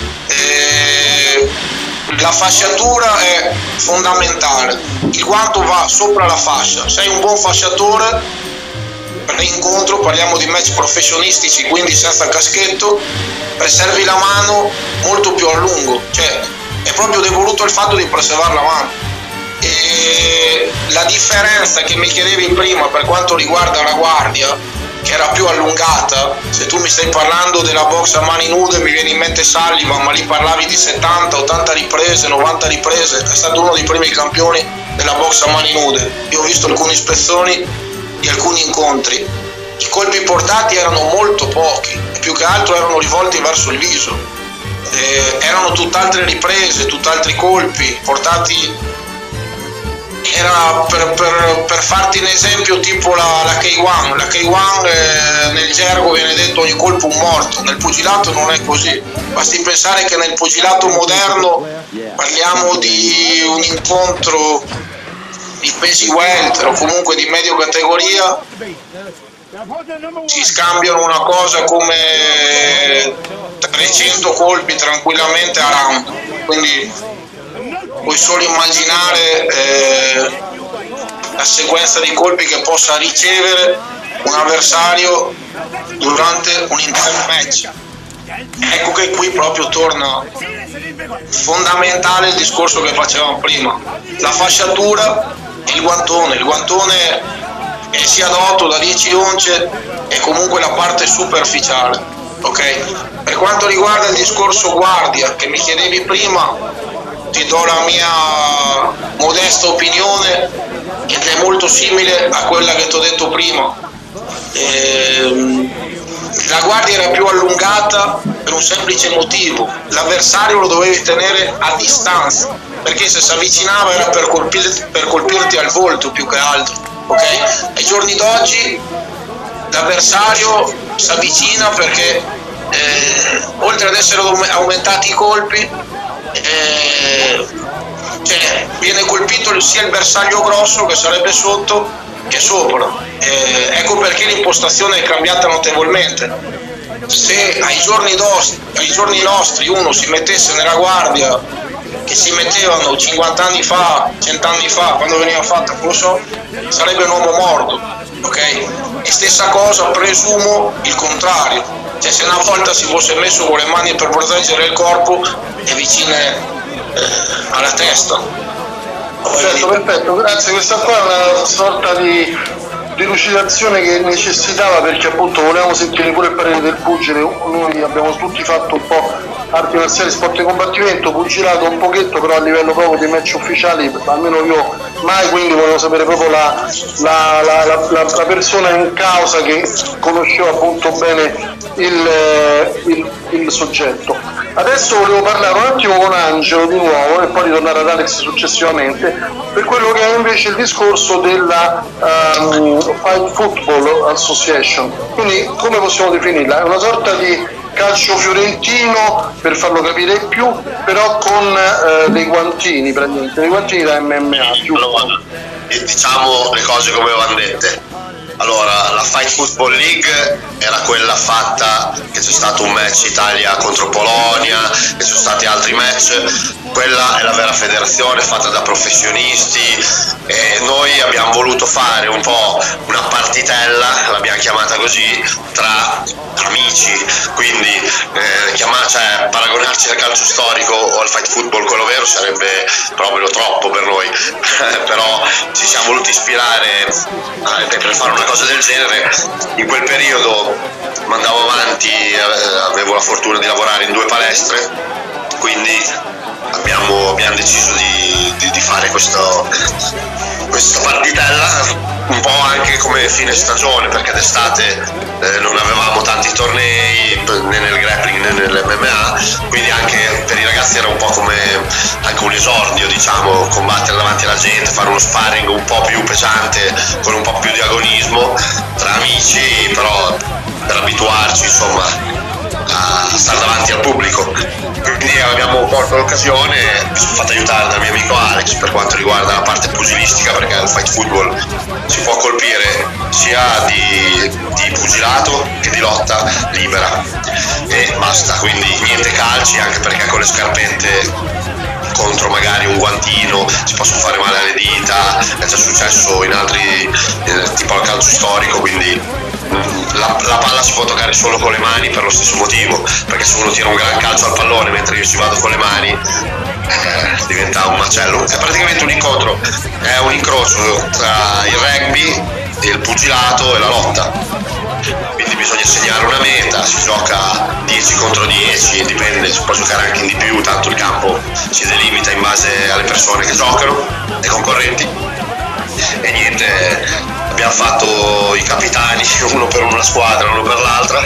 [SPEAKER 9] E la fasciatura è fondamentale, il guanto va sopra la fascia, sei un buon fasciatore, incontro, parliamo di match professionistici, quindi senza caschetto, preservi la mano molto più a lungo, cioè è proprio devoluto il fatto di preservare la mano. E la differenza che mi chiedevi prima per quanto riguarda la guardia, che era più allungata, se tu mi stai parlando della box a mani nude mi viene in mente Sullivan, ma lì parlavi di settanta, ottanta riprese, novanta riprese, è stato uno dei primi campioni della box a mani nude. Io ho visto alcune ispezioni di alcuni incontri, i colpi portati erano molto pochi e più che altro erano rivolti verso il viso, eh, erano tutt'altre riprese, tutt'altri colpi portati, era per, per, per farti un esempio tipo la, la K uno, la K uno eh, nel gergo viene detto ogni colpo un morto, nel pugilato non è così, basti pensare che nel pugilato moderno parliamo di un incontro di pesi welter o comunque di medio categoria, si scambiano una cosa come trecento colpi tranquillamente a round, quindi puoi solo immaginare eh, la sequenza di colpi che possa ricevere un avversario durante un intero match. Ecco che qui proprio torna fondamentale il discorso che facevamo prima, la fasciatura e il guantone. Il guantone è sia da otto, da dieci once, è comunque la parte superficiale, ok? Per quanto riguarda il discorso guardia che mi chiedevi prima, ti do la mia modesta opinione ed è molto simile a quella che ti ho detto prima. Ehm, la guardia era più allungata per un semplice motivo, l'avversario lo dovevi tenere a distanza, perché se si avvicinava era per, colpir, per colpirti al volto più che altro, ok? Ai giorni d'oggi l'avversario si avvicina perché eh, oltre ad essere aumentati i colpi, eh, cioè, viene colpito sia il bersaglio grosso che sarebbe sotto che sopra, eh, ecco perché l'impostazione è cambiata notevolmente. Se ai giorni, ai giorni nostri uno si mettesse nella guardia che si mettevano cinquanta anni fa, cento anni fa, quando veniva fatta, non lo so, sarebbe un uomo morto, ok? E stessa cosa, presumo il contrario, cioè se una volta si fosse messo con le mani per proteggere il corpo è vicine eh, alla testa.
[SPEAKER 3] Perfetto, perfetto, grazie. Questa qua è una sorta di delucidazione che necessitava, perché appunto volevamo sentire pure il parere del pugile. Noi abbiamo tutti fatto un po' arti marziali, sport di combattimento, pugilato un pochetto, però a livello proprio dei match ufficiali almeno io mai, quindi volevo sapere proprio la, la, la, la, la, la persona in causa che conosceva appunto bene il, il, il soggetto. Adesso volevo parlare un attimo con Angelo di nuovo e poi ritornare ad Alex successivamente per quello che è invece il discorso della um, Fight Football Association. Quindi come possiamo definirla? È una sorta di calcio fiorentino, per farlo capire più, però con eh, dei guantini, praticamente dei guantini da M M A.
[SPEAKER 10] Allora, diciamo le cose come vanno dette. Allora, la Fight Football League era quella fatta che c'è stato un match Italia contro Polonia, che ci sono stati altri match. Quella è la vera federazione fatta da professionisti e noi abbiamo voluto fare un po' una partitella, l'abbiamo chiamata così, tra amici, quindi eh, chiamare, cioè, paragonarci al calcio storico o al fight football, quello vero, sarebbe proprio troppo per noi. Però ci siamo voluti ispirare eh, per fare una cosa del genere. In quel periodo mandavo avanti, eh, avevo la fortuna di lavorare in due palestre, quindi abbiamo, abbiamo deciso di, di, di fare questo, questa partitella un po' anche come fine stagione, perché d'estate eh, non avevamo tanti tornei né nel grappling né nell'M M A, quindi anche per i ragazzi era un po' come anche un esordio, diciamo, combattere davanti alla gente, fare uno sparring un po' più pesante con un po' più di agonismo tra amici, però per abituarci, insomma, a stare davanti al pubblico. Quindi abbiamo colto l'occasione, mi sono fatto aiutare dal mio amico Alex per quanto riguarda la parte pugilistica, perché il fight football si può colpire sia di, di pugilato che di lotta libera e basta, quindi niente calci, anche perché con le scarpette contro magari un guantino si possono fare male alle dita, è già successo in altri, eh, tipo al calcio storico, quindi La, la palla si può toccare solo con le mani per lo stesso motivo, perché se uno tira un gran calcio al pallone mentre io ci vado con le mani eh, diventa un macello. È praticamente un incontro, è un incrocio tra il rugby, il pugilato e la lotta, quindi bisogna segnare una meta, si gioca dieci contro dieci, dipende, si può giocare anche in di più, tanto il campo si delimita in base alle persone che giocano, ai concorrenti. E niente, abbiamo fatto i capitani, uno per una squadra, uno per l'altra,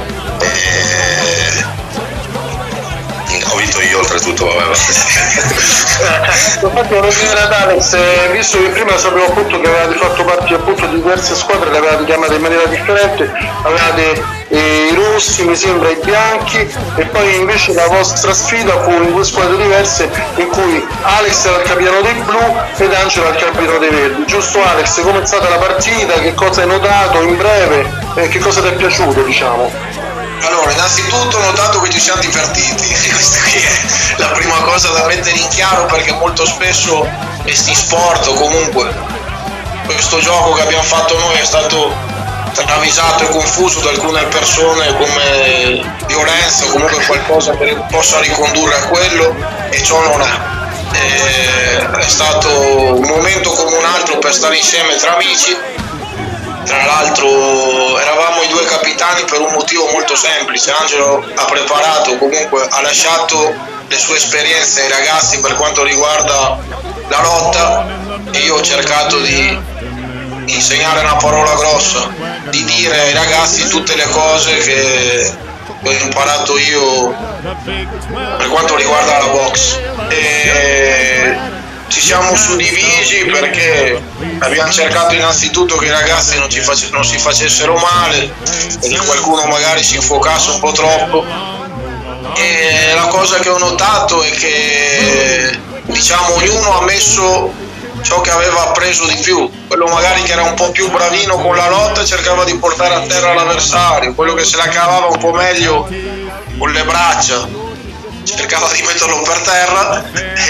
[SPEAKER 10] e ho vinto io oltretutto, vabbè.
[SPEAKER 3] Infatti volevo chiedere ad Alex, visto che prima sapevo appunto che avevate fatto parte appunto di diverse squadre, le avevate chiamate in maniera differente, avevate eh, i rossi, mi sembra, i bianchi, e poi invece la vostra sfida fu in due squadre diverse in cui Alex era il capitano dei blu ed Angelo era il capitano dei verdi. Giusto Alex, come è stata la partita, che cosa hai notato in breve, eh, che cosa ti è piaciuto, diciamo?
[SPEAKER 9] Allora, innanzitutto ho notato che ci siamo divertiti, questa qui è la prima cosa da mettere in chiaro, perché molto spesso questi sport o comunque questo gioco che abbiamo fatto noi è stato travisato e confuso da alcune persone come violenza o comunque qualcosa che possa ricondurre a quello, e ciò non è. È stato un momento come un altro per stare insieme tra amici. Tra l'altro eravamo i due capitani per un motivo molto semplice. Angelo ha preparato, comunque ha lasciato le sue esperienze ai ragazzi per quanto riguarda la lotta, e io ho cercato di insegnare una parola grossa, di dire ai ragazzi tutte le cose che ho imparato io per quanto riguarda la box. E ci siamo suddivisi perché abbiamo cercato innanzitutto che i ragazzi non, ci face- non si facessero male, perché qualcuno magari si infuocasse un po' troppo. E la cosa che ho notato è che, diciamo, ognuno ha messo ciò che aveva appreso di più. Quello magari che era un po' più bravino con la lotta cercava di portare a terra l'avversario, quello che se la cavava un po' meglio con le braccia cercava di metterlo per terra,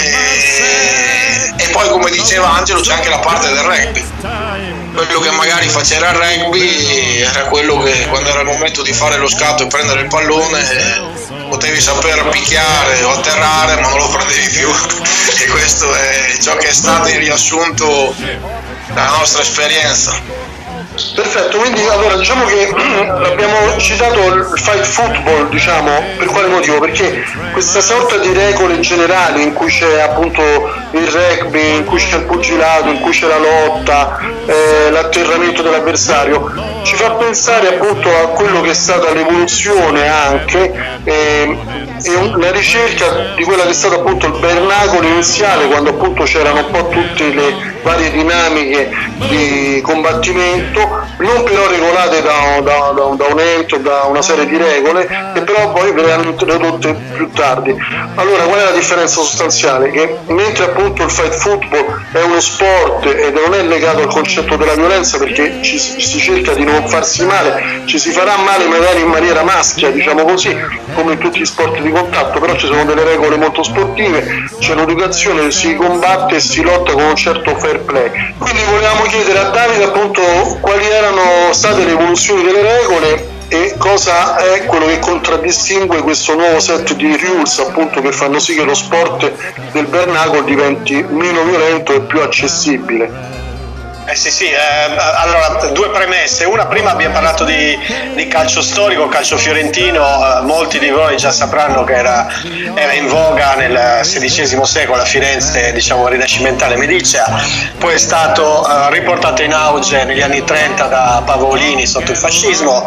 [SPEAKER 9] e, e poi, come diceva Angelo, c'è anche la parte del rugby. Quello che magari faceva il rugby era quello che, quando era il momento di fare lo scatto e prendere il pallone, potevi saper picchiare o atterrare, ma non lo prendevi più. E questo è ciò che è stato in riassunto la nostra esperienza.
[SPEAKER 3] Perfetto, quindi allora diciamo che abbiamo citato il fight football, diciamo, per quale motivo? Perché questa sorta di regole generali in cui c'è appunto il rugby, in cui c'è il pugilato, in cui c'è la lotta, eh, l'atterramento dell'avversario, ci fa pensare appunto a quello che è stata l'evoluzione anche eh, e una ricerca di quella che è stato appunto il Bernacolo iniziale, quando appunto c'erano un po' tutte le varie dinamiche di combattimento, non però regolate da, da, da, da un ente, da una serie di regole, che però poi verranno introdotte più tardi. Allora, qual è la differenza sostanziale? Che mentre appunto il fight football è uno sport ed non è legato al concetto della violenza, perché ci, si cerca di non farsi male, ci si farà male magari in maniera maschia, diciamo così, come in tutti gli sport di contatto, però ci sono delle regole molto sportive, c'è un'educazione, si combatte e si lotta con un certo fair play. Quindi volevamo chiedere a Davide appunto quali erano state le evoluzioni delle regole e cosa è quello che contraddistingue questo nuovo set di rules appunto che fanno sì che lo sport del Bernacolo diventi meno violento e più accessibile.
[SPEAKER 4] Eh sì sì, eh, allora due premesse. Una, prima abbiamo parlato di, di calcio storico, calcio fiorentino, eh, molti di voi già sapranno che era, era in voga nel sedicesimo secolo a Firenze, diciamo rinascimentale medicea, poi è stato eh, riportato in auge negli anni trenta da Pavolini sotto il fascismo,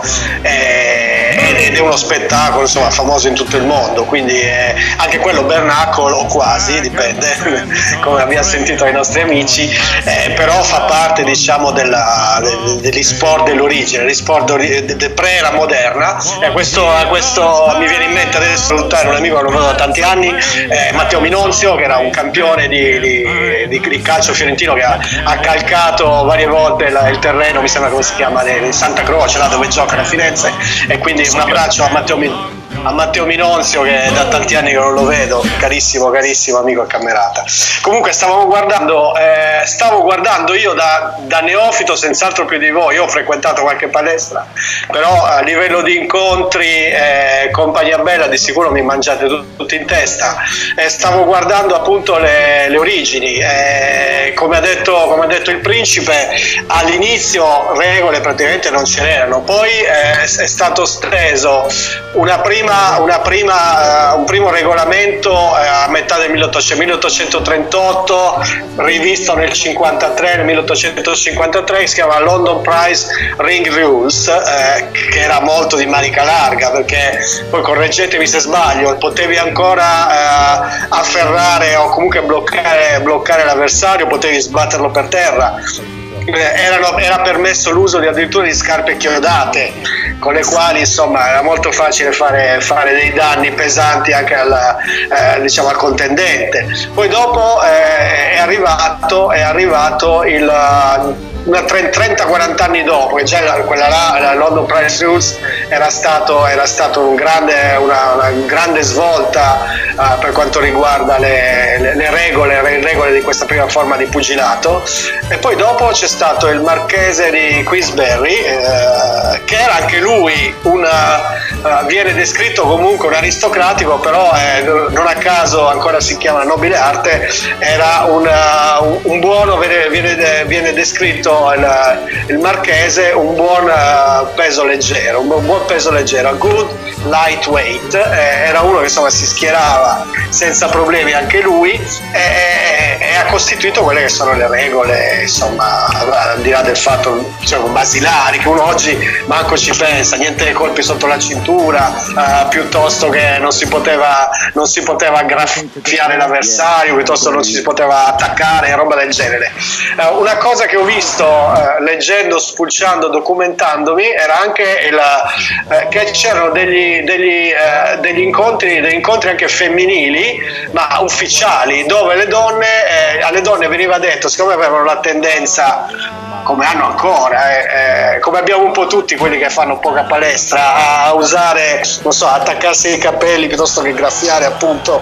[SPEAKER 4] eh, ed è uno spettacolo insomma famoso in tutto il mondo, quindi eh, anche quello Bernacolo o quasi, dipende come abbiamo sentito dai nostri amici, eh, però fa parte diciamo della, degli sport dell'origine, gli sport de, de pre-era moderna, e questo, questo mi viene in mente adesso salutare un amico che non vedo da tanti anni, eh, Matteo Minonzio, che era un campione di, di, di, di calcio fiorentino, che ha, ha calcato varie volte la, il terreno, mi sembra come si chiama, di Santa Croce, là dove gioca a Firenze, e quindi un abbraccio a Matteo Minonzio. a Matteo Minonzio, che da tanti anni che non lo vedo, carissimo carissimo amico a Camerata. Comunque stavamo guardando eh, stavo guardando io da, da neofito, senz'altro più di voi. Io ho frequentato qualche palestra, però a livello di incontri eh, compagnia bella di sicuro mi mangiate tut- tutti in testa. Eh, stavo guardando appunto le, le origini, eh, come ha detto come ha detto il principe, all'inizio regole praticamente non ce n'erano, poi eh, è stato steso una prima Una prima, uh, un primo regolamento uh, a metà del milleottocentotrentotto, rivisto nel cinquantatré, nel milleottocentocinquantatré, che si chiama London Prize Ring Rules, uh, che era molto di manica larga, perché poi correggetemi se sbaglio, potevi ancora uh, afferrare o comunque bloccare, bloccare l'avversario, potevi sbatterlo per terra. Erano, era permesso l'uso di addirittura di scarpe chiodate, con le quali insomma era molto facile fare, fare dei danni pesanti anche al, eh, diciamo al contendente. Poi dopo eh, è arrivato è arrivato il trenta quaranta anni dopo, che già quella là, la London Prize Rules, era stato, era stato un grande, una, una grande svolta uh, per quanto riguarda le, le, le regole le regole di questa prima forma di pugilato. E poi dopo c'è stato il marchese di Queensberry, eh, che era anche lui una, uh, viene descritto comunque un aristocratico, però eh, non a caso ancora si chiama nobile arte. Era una, un, un buono, viene, viene, viene descritto Il, il marchese un buon uh, peso leggero, un buon peso leggero, a good lightweight, eh, era uno che insomma si schierava senza problemi anche lui, e, e ha costituito quelle che sono le regole, insomma, al di là del fatto, diciamo, basilari, che uno oggi manco ci pensa, niente colpi sotto la cintura, uh, piuttosto che non si poteva non si poteva graffiare l'avversario, piuttosto non si poteva attaccare, roba del genere. Uh, una cosa che ho visto Uh, leggendo, spulciando, documentandomi, era anche il, uh, che c'erano degli, degli, uh, degli incontri degli incontri anche femminili, ma ufficiali, dove le donne eh, alle donne veniva detto, siccome avevano la tendenza, come hanno ancora, eh, eh, come abbiamo un po' tutti quelli che fanno poca palestra, a usare, non so, attaccarsi i capelli piuttosto che graffiare appunto,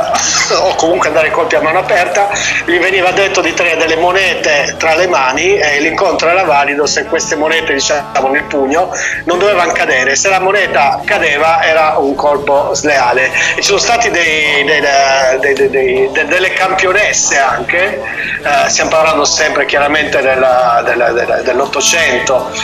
[SPEAKER 4] o comunque andare colpi a mano aperta, gli veniva detto di tenere delle monete tra le mani, e l'incontro era valido se queste monete, diciamo, nel pugno non dovevano cadere. Se la moneta cadeva era un colpo sleale. E ci sono stati dei, dei, dei, dei, dei, dei, delle campionesse anche, eh, stiamo parlando sempre chiaramente della, della, della, dell'Ottocento,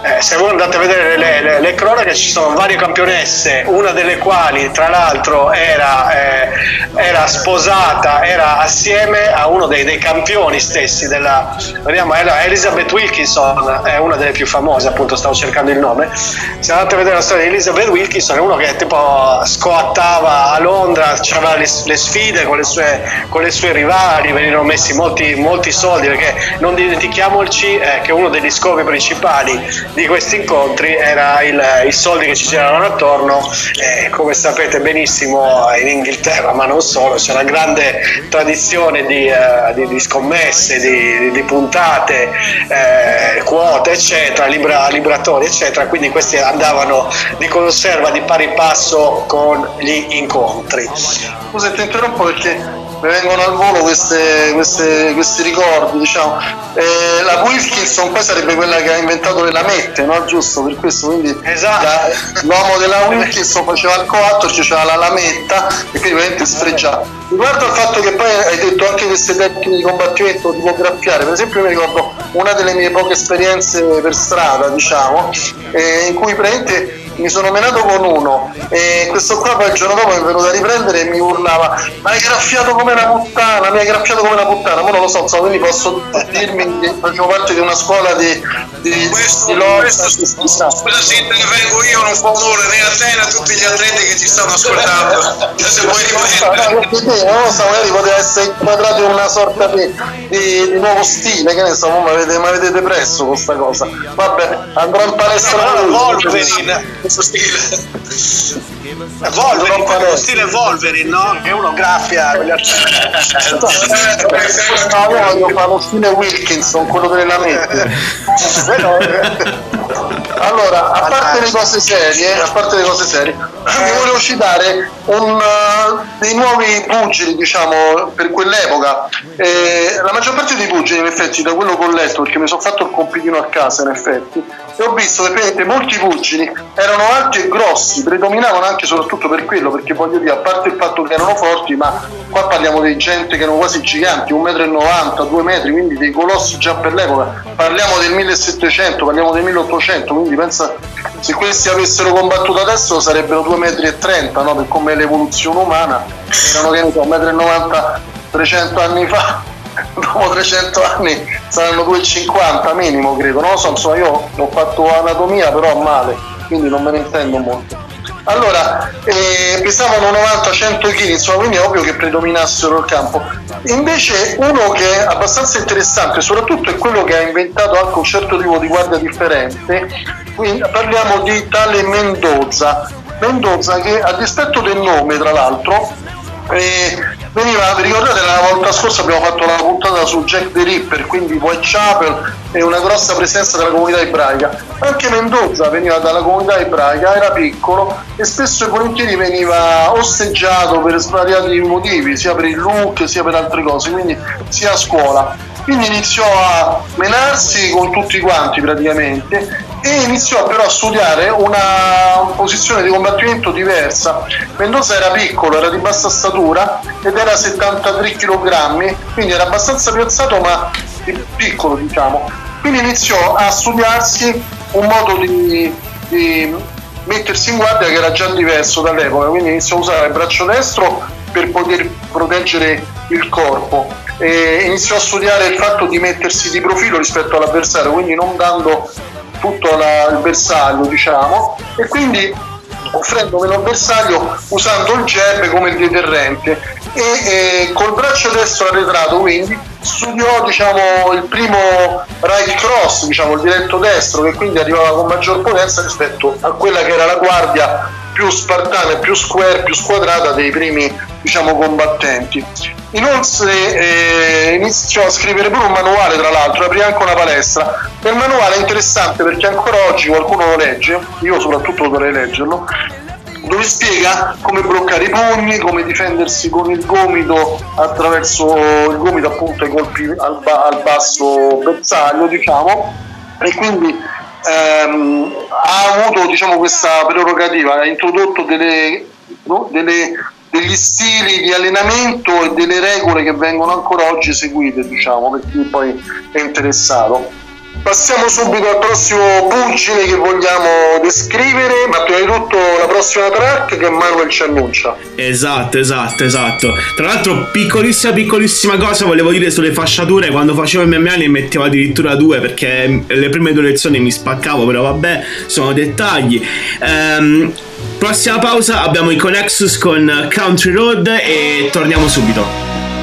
[SPEAKER 4] Eh, se voi andate a vedere le, le, le cronache, ci sono varie campionesse, una delle quali tra l'altro era, eh, era sposata, era assieme a uno dei, dei campioni stessi della, vediamo, era Elizabeth Wilkinson, è una delle più famose, appunto stavo cercando il nome. Se andate a vedere la storia di Elizabeth Wilkinson, è uno che tipo scoattava a Londra, c'aveva le, le sfide con le sue, con le sue rivali, venivano messi molti, molti soldi, perché non dimentichiamoci eh, che uno degli scopi principali di questi incontri era il, i soldi che ci giravano attorno, e come sapete benissimo in Inghilterra, ma non solo, c'è una grande tradizione di, uh, di, di scommesse, di, di puntate, eh, quote eccetera, libra, libratori eccetera, quindi questi andavano di conserva di pari passo con gli incontri.
[SPEAKER 3] Scusa, ti interrompo perché mi vengono al volo queste, queste, questi ricordi, diciamo. Eh, la Wilkinson poi sarebbe quella che ha inventato le lamette, no? Giusto, per questo, quindi
[SPEAKER 4] esatto.
[SPEAKER 3] la, l'uomo della Wilkinson faceva il coatto, c'era la lametta e quindi veramente sfregiava. Riguardo al fatto che poi hai detto anche queste tecniche di combattimento tipo graffiare, per esempio io mi ricordo una delle mie poche esperienze per strada, diciamo, eh, in cui praticamente mi sono menato con uno e questo qua poi il giorno dopo mi è venuto a riprendere e mi urlava: ma hai graffiato come una puttana, mi hai graffiato come una puttana, ma non lo so, insomma, quindi posso dirmi che facevo parte di una scuola di, di,
[SPEAKER 9] questo,
[SPEAKER 3] di lotta.
[SPEAKER 9] Questo, scusa se intervengo io, non fa onore né a te né a tutti gli atleti che ci stanno ascoltando. Se vuoi riprendere,
[SPEAKER 3] non lo so, magari poteva essere inquadrato in una sorta di, di, di nuovo stile, che ne so, mi avete, mi avete depresso con sta cosa. Vabbè, andrò in palestra.
[SPEAKER 4] Wolverine, questo stile Wolverine, quello stile Wolverine, no? Che uno graffia con gli atleti.
[SPEAKER 3] No, io voglio fare lo stile Wilkinson, quello delle lamette. Allora, a parte le cose serie, a parte le cose serie, vi volevo citare un, uh, dei nuovi pugili, diciamo, per quell'epoca. Eh, la maggior parte dei pugili, in effetti, da quello che ho letto, perché mi sono fatto il compitino a casa, in effetti, e ho visto che praticamente molti pugili erano alti e grossi, predominavano anche soprattutto per quello, perché voglio dire, a parte il fatto che erano forti, ma qua parliamo di gente che erano quasi giganti, un metro e novanta, due metri, quindi dei colossi già per l'epoca. Parliamo del millesettecento, parliamo del milleottocento, quindi pensa, se questi avessero combattuto adesso sarebbero due metri e trenta, no? Per come è l'evoluzione umana, erano, che ne so, un metro e novanta trecento anni fa. Dopo trecento anni saranno due e cinquanta minimo, credo, non lo so, insomma, io ho fatto anatomia però male, quindi non me ne intendo molto. Allora, eh, pesavano novanta cento chili, insomma, quindi è ovvio che predominassero il campo. Invece uno che è abbastanza interessante, soprattutto è quello che ha inventato anche un certo tipo di guardia differente, quindi parliamo di tale Mendoza. Mendoza che, a dispetto del nome, tra l'altro, eh, veniva, vi ricordate, la volta scorsa abbiamo fatto la puntata su Jack the Ripper, quindi Whitechapel e una grossa presenza della comunità ebraica. Anche Mendoza veniva dalla comunità ebraica, era piccolo e spesso e volentieri veniva osteggiato per svariati motivi, sia per il look sia per altre cose, quindi sia a scuola. Quindi iniziò a menarsi con tutti quanti praticamente e iniziò però a studiare una posizione di combattimento diversa. Mendoza era piccolo, era di bassa statura ed era settantatré chilogrammi, quindi era abbastanza piazzato ma piccolo, diciamo. Quindi iniziò a studiarsi un modo di, di mettersi in guardia che era già diverso dall'epoca, quindi iniziò a usare il braccio destro per poter proteggere il corpo. E iniziò a studiare il fatto di mettersi di profilo rispetto all'avversario, quindi non dando tutto la, il bersaglio, diciamo, e quindi offrendo meno bersaglio usando il jab come il deterrente e, e col braccio destro arretrato, quindi studiò, diciamo, il primo right cross, diciamo il diretto destro, che quindi arrivava con maggior potenza rispetto a quella che era la guardia più spartana, più square, più squadrata dei primi, diciamo, combattenti. Inoltre eh, iniziò a scrivere pure un manuale, tra l'altro, aprì anche una palestra. Il manuale è interessante perché ancora oggi qualcuno lo legge, io soprattutto dovrei leggerlo, dove spiega come bloccare i pugni, come difendersi con il gomito attraverso il gomito, appunto, ai colpi al, ba- al basso bersaglio, diciamo, e quindi ehm, ha avuto, diciamo, questa prerogativa, ha introdotto delle, no, delle degli stili di allenamento e delle regole che vengono ancora oggi seguite, diciamo, per chi poi è interessato. Passiamo subito al prossimo pugile che vogliamo descrivere, ma prima di tutto la prossima track che Manuel ci annuncia.
[SPEAKER 2] Esatto, esatto, esatto. Tra l'altro, piccolissima, piccolissima cosa volevo dire sulle fasciature. Quando facevo M M A ne mettevo addirittura due, perché le prime due lezioni mi spaccavo, però vabbè, sono dettagli. Ehm, prossima pausa, abbiamo i Connexus con Country Road e torniamo subito.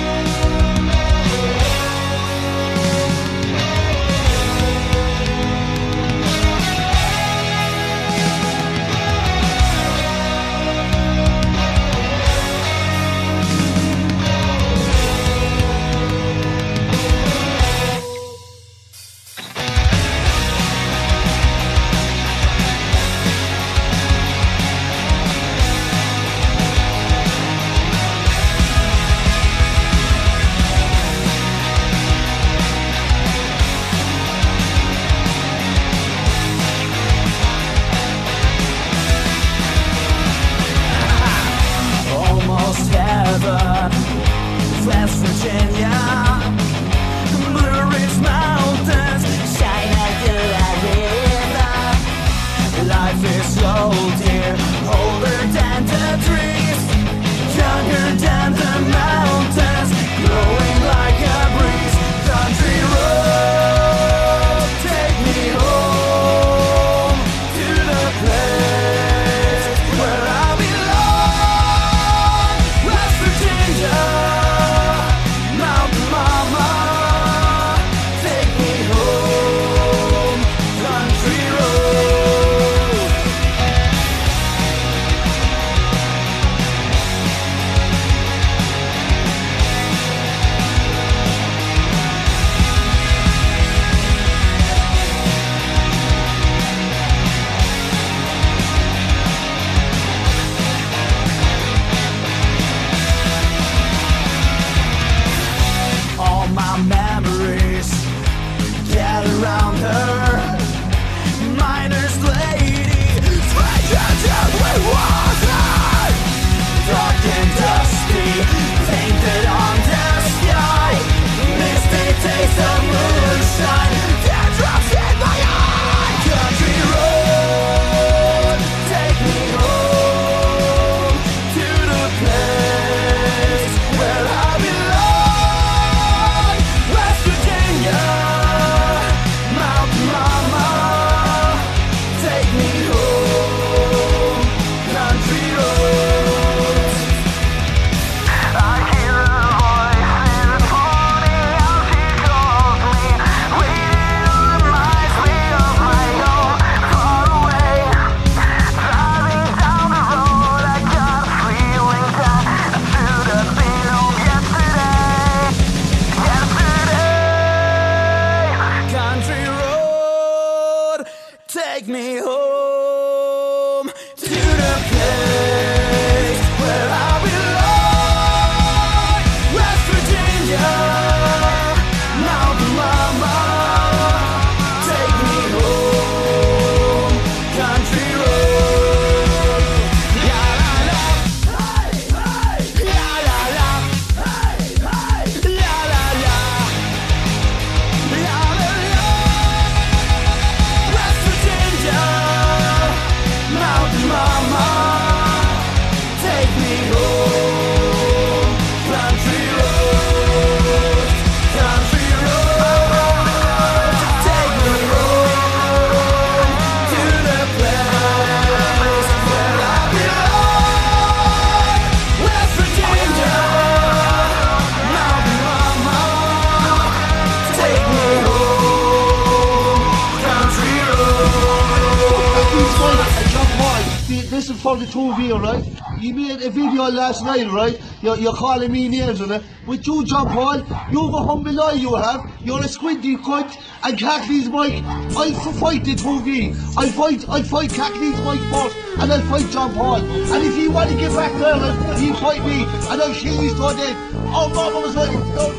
[SPEAKER 7] Listen for the two of you, right? You made a video last night, right? You're, you're calling me names on it. With you, John Paul, you've a humble eye you have. You're a squinty cunt. And Cackney's Mike, I'll fight the two of you. I'll fight, I'll fight Cackney's Mike first, and I'll fight John Paul. And if you want to get back there, he'll fight me, and I'll kill you so dead. Oh, Mama was like,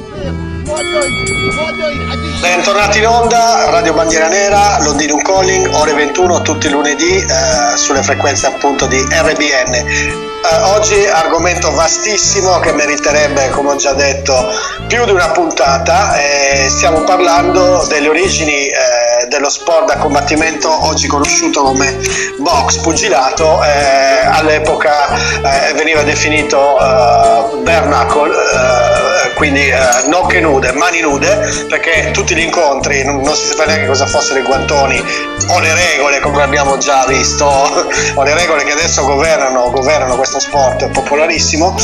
[SPEAKER 7] one night, one night.
[SPEAKER 4] Bentornati in onda, Radio Bandiera Nera, Londinium Calling, ore ventuno tutti i lunedì eh, sulle frequenze appunto di R B N. Eh, oggi argomento vastissimo che meriterebbe, come ho già detto, più di una puntata. Eh, stiamo parlando delle origini eh, dello sport da combattimento, oggi conosciuto come box, pugilato, eh, all'epoca eh, veniva definito eh, bare knuckle, eh, quindi eh, nocche nude, mani nude, perché tutti gli incontri non, non si sapeva neanche cosa fossero i guantoni o le regole, come abbiamo già visto, o le regole che adesso governano, governano questo sport popolarissimo,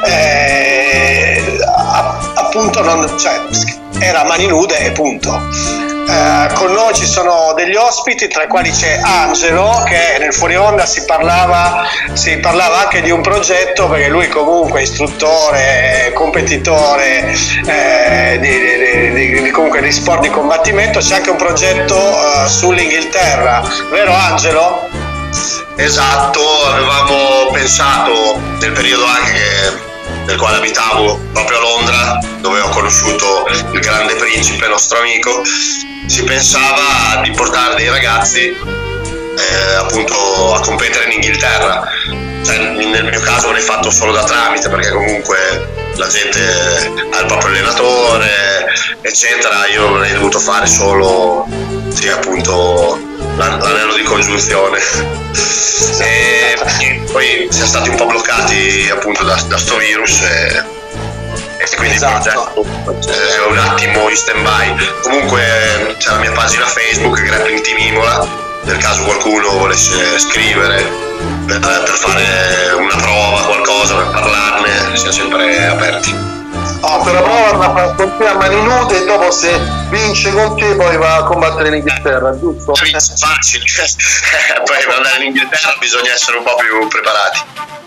[SPEAKER 4] eh, appunto non, cioè, era mani nude e punto. Uh, con noi ci sono degli ospiti, tra i quali c'è Angelo, che nel fuori onda si parlava, si parlava anche di un progetto, perché lui comunque è istruttore, competitore eh, di, di, di, di, comunque di sport di combattimento. C'è anche un progetto uh, sull'Inghilterra, vero Angelo?
[SPEAKER 10] Esatto, avevamo pensato nel periodo anche che nel quale abitavo proprio a Londra, dove ho conosciuto il grande principe, nostro amico, si pensava di portare dei ragazzi eh, appunto a competere in Inghilterra. Cioè, nel mio caso l'hai fatto solo da tramite, perché comunque la gente ha il proprio allenatore, eccetera. Io avrei dovuto fare solo, sì, appunto, l'anello di congiunzione. E poi siamo stati un po' bloccati appunto da, da sto virus e, e quindi esatto. Il progetto è un attimo in stand by. Comunque c'è la mia pagina Facebook, Grappling Team Imola, nel caso qualcuno volesse scrivere per, per fare una prova, qualcosa, per parlarne, siamo sempre aperti.
[SPEAKER 3] Oh, per la prova con te a mani nude e dopo se vince con te poi va a combattere in Inghilterra, giusto?
[SPEAKER 10] Facile, poi per andare in Inghilterra bisogna essere un po' più preparati.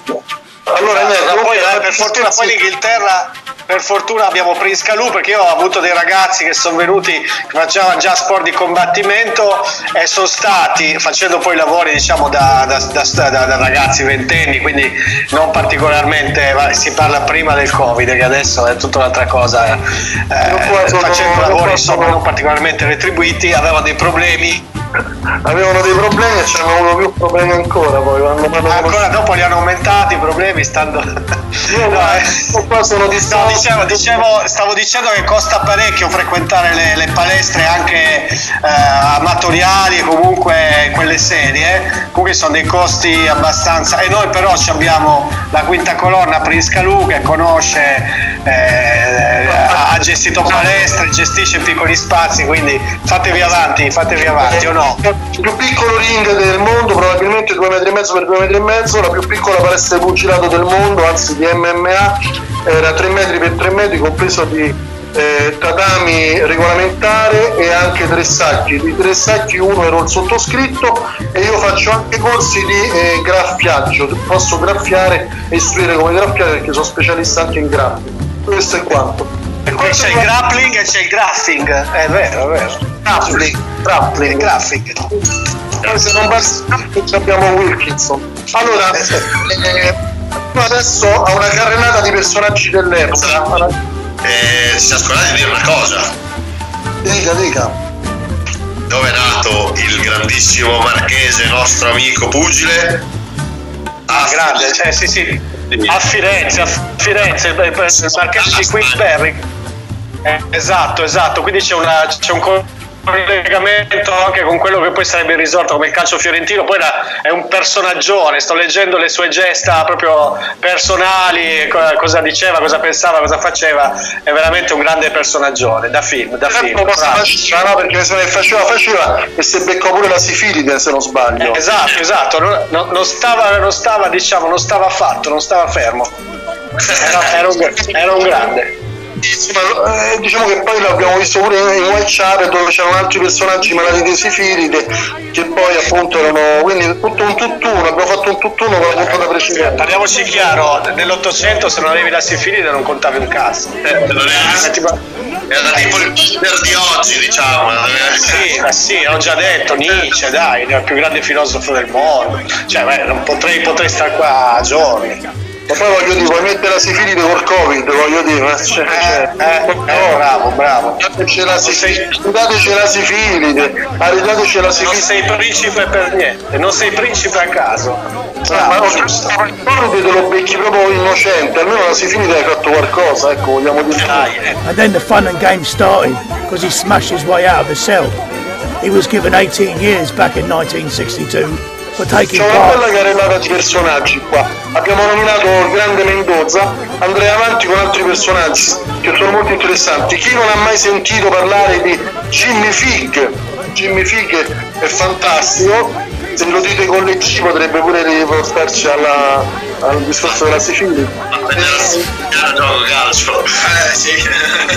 [SPEAKER 3] Allora,
[SPEAKER 4] allora poi, eh, per fortuna poi l'Inghilterra, per fortuna abbiamo Prince Kalu, perché io ho avuto dei ragazzi che sono venuti, che facevano già sport di combattimento e sono stati, facendo poi lavori diciamo da, da, da, da, da ragazzi ventenni, quindi non particolarmente, si parla prima del Covid, che adesso è tutta un'altra cosa, eh, facendo lavori insomma non particolarmente retribuiti, avevano dei problemi.
[SPEAKER 3] Avevano dei problemi e ci hanno avuto più problemi ancora poi quando
[SPEAKER 4] ancora dopo li hanno aumentati i problemi stando
[SPEAKER 3] io no, eh. qua sono
[SPEAKER 4] no, dicevo, dicevo, stavo dicendo che costa parecchio frequentare le, le palestre anche eh, amatoriali e comunque quelle serie, comunque sono dei costi abbastanza, e noi però abbiamo la quinta colonna Prince Kalu che conosce, eh, ha gestito palestre, gestisce piccoli spazi, quindi fatevi avanti, fatevi avanti o no?
[SPEAKER 3] Il più piccolo ring del mondo, probabilmente due metri e mezzo per due metri e mezzo, la più piccola palestra di pugilato del mondo, anzi di M M A, era tre metri per tre metri, compreso di eh, tatami regolamentare e anche tre sacchi. Di tre sacchi uno ero il sottoscritto e io faccio anche corsi di eh, graffiaggio, posso graffiare e istruire come graffiare perché sono specialista anche in graffing. Questo è quanto.
[SPEAKER 4] E poi c'è il grappling e c'è il graphing, è vero, è vero.
[SPEAKER 3] Grappling, grappling,
[SPEAKER 4] graphing.
[SPEAKER 3] Poi se non basta abbiamo Wilkinson. Allora, eh, adesso a una carrellata di personaggi dell'epoca.
[SPEAKER 10] Eh, si siamo scordati di dire una cosa.
[SPEAKER 3] Dica, dica.
[SPEAKER 10] Dove è nato il grandissimo marchese, nostro amico pugile?
[SPEAKER 4] Ah, grande, cioè, sì, sì. A Firenze, a Firenze, il, il, il marchese di Queensberry. Eh, esatto, esatto, quindi c'è, una, c'è un collegamento anche con quello che poi sarebbe il risorto come il calcio fiorentino. Poi era, è un personaggione, sto leggendo le sue gesta proprio personali, cosa diceva, cosa pensava, cosa faceva, è veramente un grande personaggione da film, da film.
[SPEAKER 3] Faceva, no, perché se ne faceva faceva e se beccò pure la sifilide se non sbaglio.
[SPEAKER 4] Eh, esatto, esatto, non, non, non stava, non stava, diciamo, non stava affatto, non stava fermo. Era, era, un, era un grande.
[SPEAKER 3] Eh, diciamo che poi l'abbiamo visto pure in Whitechapel dove c'erano altri personaggi malati di sifilide che poi appunto erano, quindi tutto un tutt'uno, abbiamo fatto un tutt'uno con la puntata precedente.
[SPEAKER 4] Parliamoci chiaro, nell'Ottocento se non avevi la sifilide non contavi un cazzo.
[SPEAKER 10] Eh, non era, tipo, era tipo il Tinder di oggi, diciamo.
[SPEAKER 4] Sì, ma sì, ho già detto, Nietzsche, dai, il più grande filosofo del mondo. Cioè, beh, non potrei, potrei stare qua a giorni.
[SPEAKER 3] Ma poi voglio dire, puoi mettere la sifilide col Covid, voglio dire, cioè,
[SPEAKER 4] eh, eh, eh, bravo, bravo.
[SPEAKER 3] Dateci la sifilide, dateci la sifilide, aridateci la sifilide.
[SPEAKER 4] Non sei principe per niente, non sei principe a caso.
[SPEAKER 3] Bravo, ma non te lo becchi proprio innocente, almeno la sifilide hai fatto qualcosa, ecco, vogliamo dire.
[SPEAKER 8] And then the fun and games started, because he smashed his way out of the cell. He was given eighteen years back in nineteen sixty-two for taking
[SPEAKER 3] C'è una
[SPEAKER 8] part.
[SPEAKER 3] bella carrellata di personaggi qua. Abbiamo nominato il grande Mendoza, andrei avanti con altri personaggi che sono molto interessanti. Chi non ha mai sentito parlare di Jimmy Figg? Jimmy Figg è fantastico, se lo dite con le C potrebbe pure riportarci alla, al discorso della Sicilia.
[SPEAKER 10] Gioco calcio, eh sì.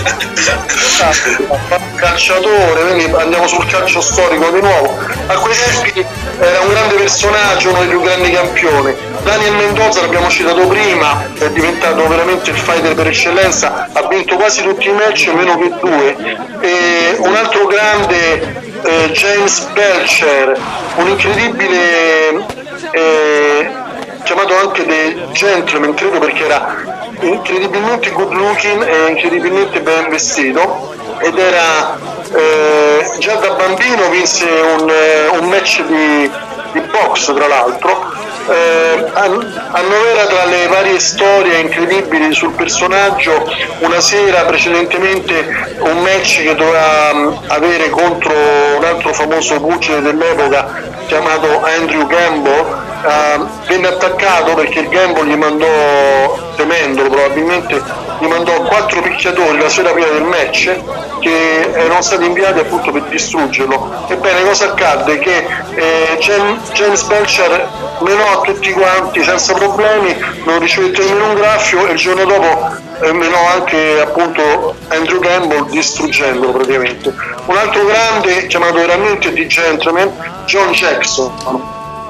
[SPEAKER 3] Calciatore, quindi andiamo sul calcio storico di nuovo. A quei tempi era un grande personaggio, uno dei più grandi campioni. Daniel Mendoza l'abbiamo citato prima, è diventato veramente il fighter per eccellenza, ha vinto quasi tutti i match, meno che due. E un altro grande, eh, James Belcher, un incredibile eh, chiamato anche The Gentleman, credo, perché era incredibilmente good looking e incredibilmente ben vestito, ed era eh, già da bambino vinse un, un match di, di box, tra l'altro. Eh, annovera tra le varie storie incredibili sul personaggio una sera precedentemente un match che doveva um, avere contro un altro famoso pugile dell'epoca chiamato Andrew Gamble. Uh, venne attaccato perché il Gamble gli mandò, temendolo probabilmente, gli mandò quattro picchiatori la sera prima del match che erano stati inviati appunto per distruggerlo. Ebbene, cosa accadde? Che eh, James Belcher menò a tutti quanti senza problemi, non ricevette nemmeno un graffio, e il giorno dopo eh, menò anche appunto Andrew Gamble distruggendolo praticamente. Un altro grande chiamato veramente The Gentleman, John Jackson,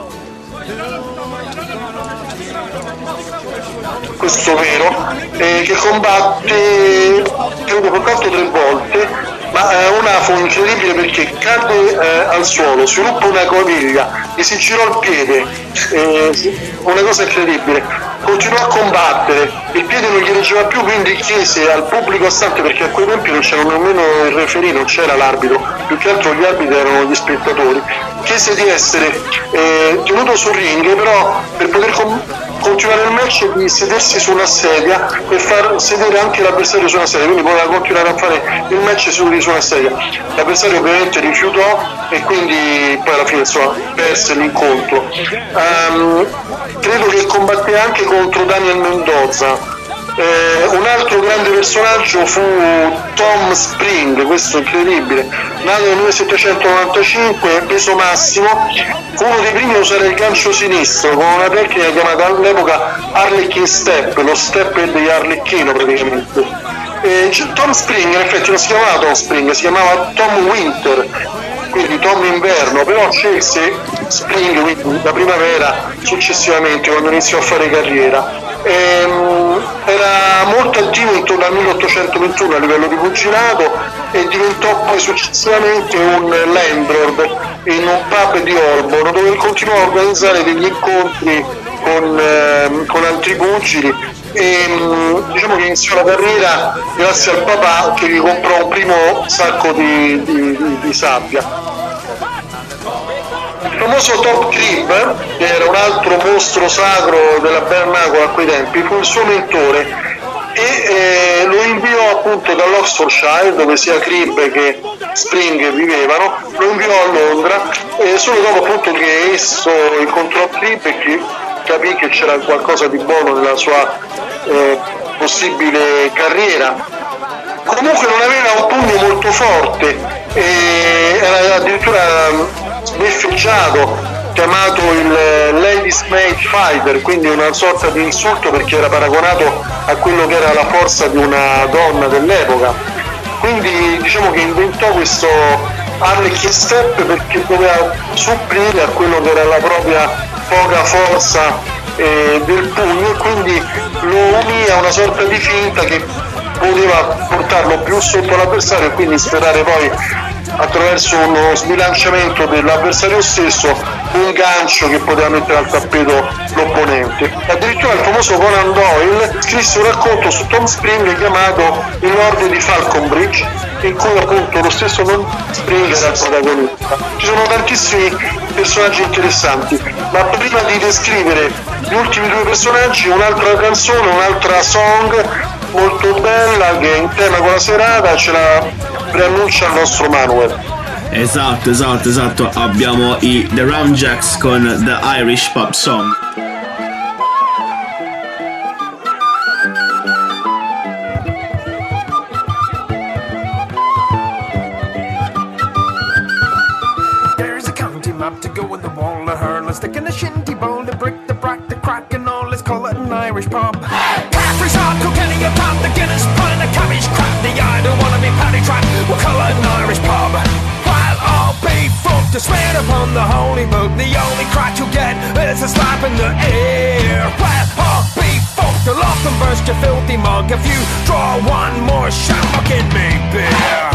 [SPEAKER 3] questo vero, eh, che combatte credo soltanto tre volte, ma eh, una fu incredibile perché cadde eh, al suolo, sviluppa una caviglia, gli si girò il piede, eh, una cosa incredibile, continuò a combattere, il piede non gli reggeva più, quindi chiese al pubblico stante, perché a quei tempi non c'era nemmeno il referee, non c'era l'arbitro, più che altro gli arbitri erano gli spettatori, chiese di essere eh, tenuto sul ring, però per poter com- continuare il match di sedersi su una sedia e far sedere anche l'avversario su una sedia, quindi poteva continuare a fare il match seduti su una sedia. L'avversario ovviamente rifiutò e quindi poi alla fine insomma perse l'incontro. Um, credo che combatté anche contro Daniel Mendoza. Eh, un altro grande personaggio fu Tom Spring, questo è incredibile, nato nel millesettecentonovantacinque, peso massimo, fu uno dei primi a usare il gancio sinistro con una tecnica chiamata all'epoca Harlequin Step, lo step degli Arlecchino praticamente. Eh, Tom Spring in effetti non si chiamava Tom Spring, si chiamava Tom Winter, quindi Tom Inverno, però scelse Spring, quindi la primavera, successivamente quando iniziò a fare carriera. Ehm, era molto attivo intorno al milleottocentoventuno a livello di pugilato e diventò poi successivamente un landlord in un pub di Holborn, dove continuò a organizzare degli incontri con, ehm, con altri pugili e diciamo che iniziò la carriera grazie al papà che gli comprò un primo sacco di, di, di, di sabbia. Il famoso Top Cribb, che era un altro mostro sacro della Bernacola a quei tempi, fu il suo mentore e eh, lo inviò appunto dall'Oxfordshire, dove sia Cribb che Spring vivevano, lo inviò a Londra e solo dopo appunto che esso incontrò Cribb e che capì che c'era qualcosa di buono nella sua eh, possibile carriera. Comunque non aveva un pugno molto forte e era addirittura sbeffeggiato, chiamato il Ladies Made Fighter, quindi una sorta di insulto perché era paragonato a quello che era la forza di una donna dell'epoca. Quindi diciamo che inventò questo Harlequin Step perché doveva supplire a quello che era la propria poca forza eh, del pugno, e quindi lo unì a una sorta di finta che poteva portarlo più sotto l'avversario e quindi sferrare poi attraverso uno sbilanciamento dell'avversario stesso un gancio che poteva mettere al tappeto l'opponente. Addirittura il famoso Conan Doyle scrisse un racconto su Tom Spring chiamato Il Lord di Falconbridge, in cui appunto lo stesso Tom Spring era il protagonista. Ci sono tantissimi personaggi interessanti, ma prima di descrivere gli ultimi due personaggi, un'altra canzone, un'altra song molto bella che in tema con la serata ce la preannuncia il nostro Manuel.
[SPEAKER 2] Esatto, esatto, esatto. Abbiamo i The Ramjacks con The Irish Pub Song.
[SPEAKER 11] There's a county map to go in the wall of her. Let's stick in the shinty bowl, the brick, the brack, the crack, and all. Let's call it an Irish pub. Caffrey's hard, Kilkenny, a pub, the Guinness, pint, the cabbage, crap, the I don't wanna be paddy trap. We'll call it an Irish pub. I'll be fucked to swear upon the holy book. The only crack you'll get is a slap in the air. Well, I'll be fucked. I'll often burst your filthy mug if you draw one more shamrock in me beer.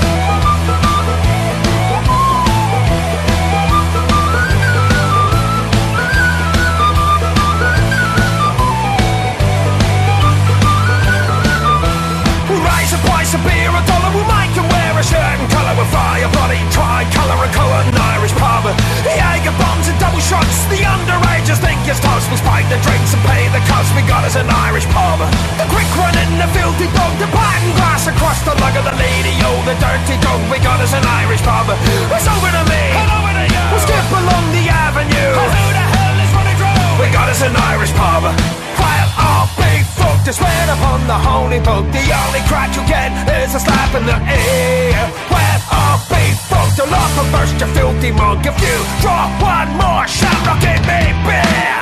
[SPEAKER 11] Rise a price of beer, a dollar will make and wear a shirt and colour with fire, bloody tri-colour and colour, an Irish pub. The Jager bombs and double shots, the underagers think it's toast. We spike the drinks and pay the cost, we got us an Irish pub. The quick running, the filthy dog, the pattern glass across the lug of the lady, oh the dirty dog, we got us an Irish pub. It's over to me, and over to you. We'll skip along the avenue, and who the hell is running through? We got us an Irish pub. While I'll be fucked to swear upon the holy book, the only crack you get is a slap in the ear. Well, I'll be fucked, I'll off and burst your filthy mug if you draw one more shamrock in me beer.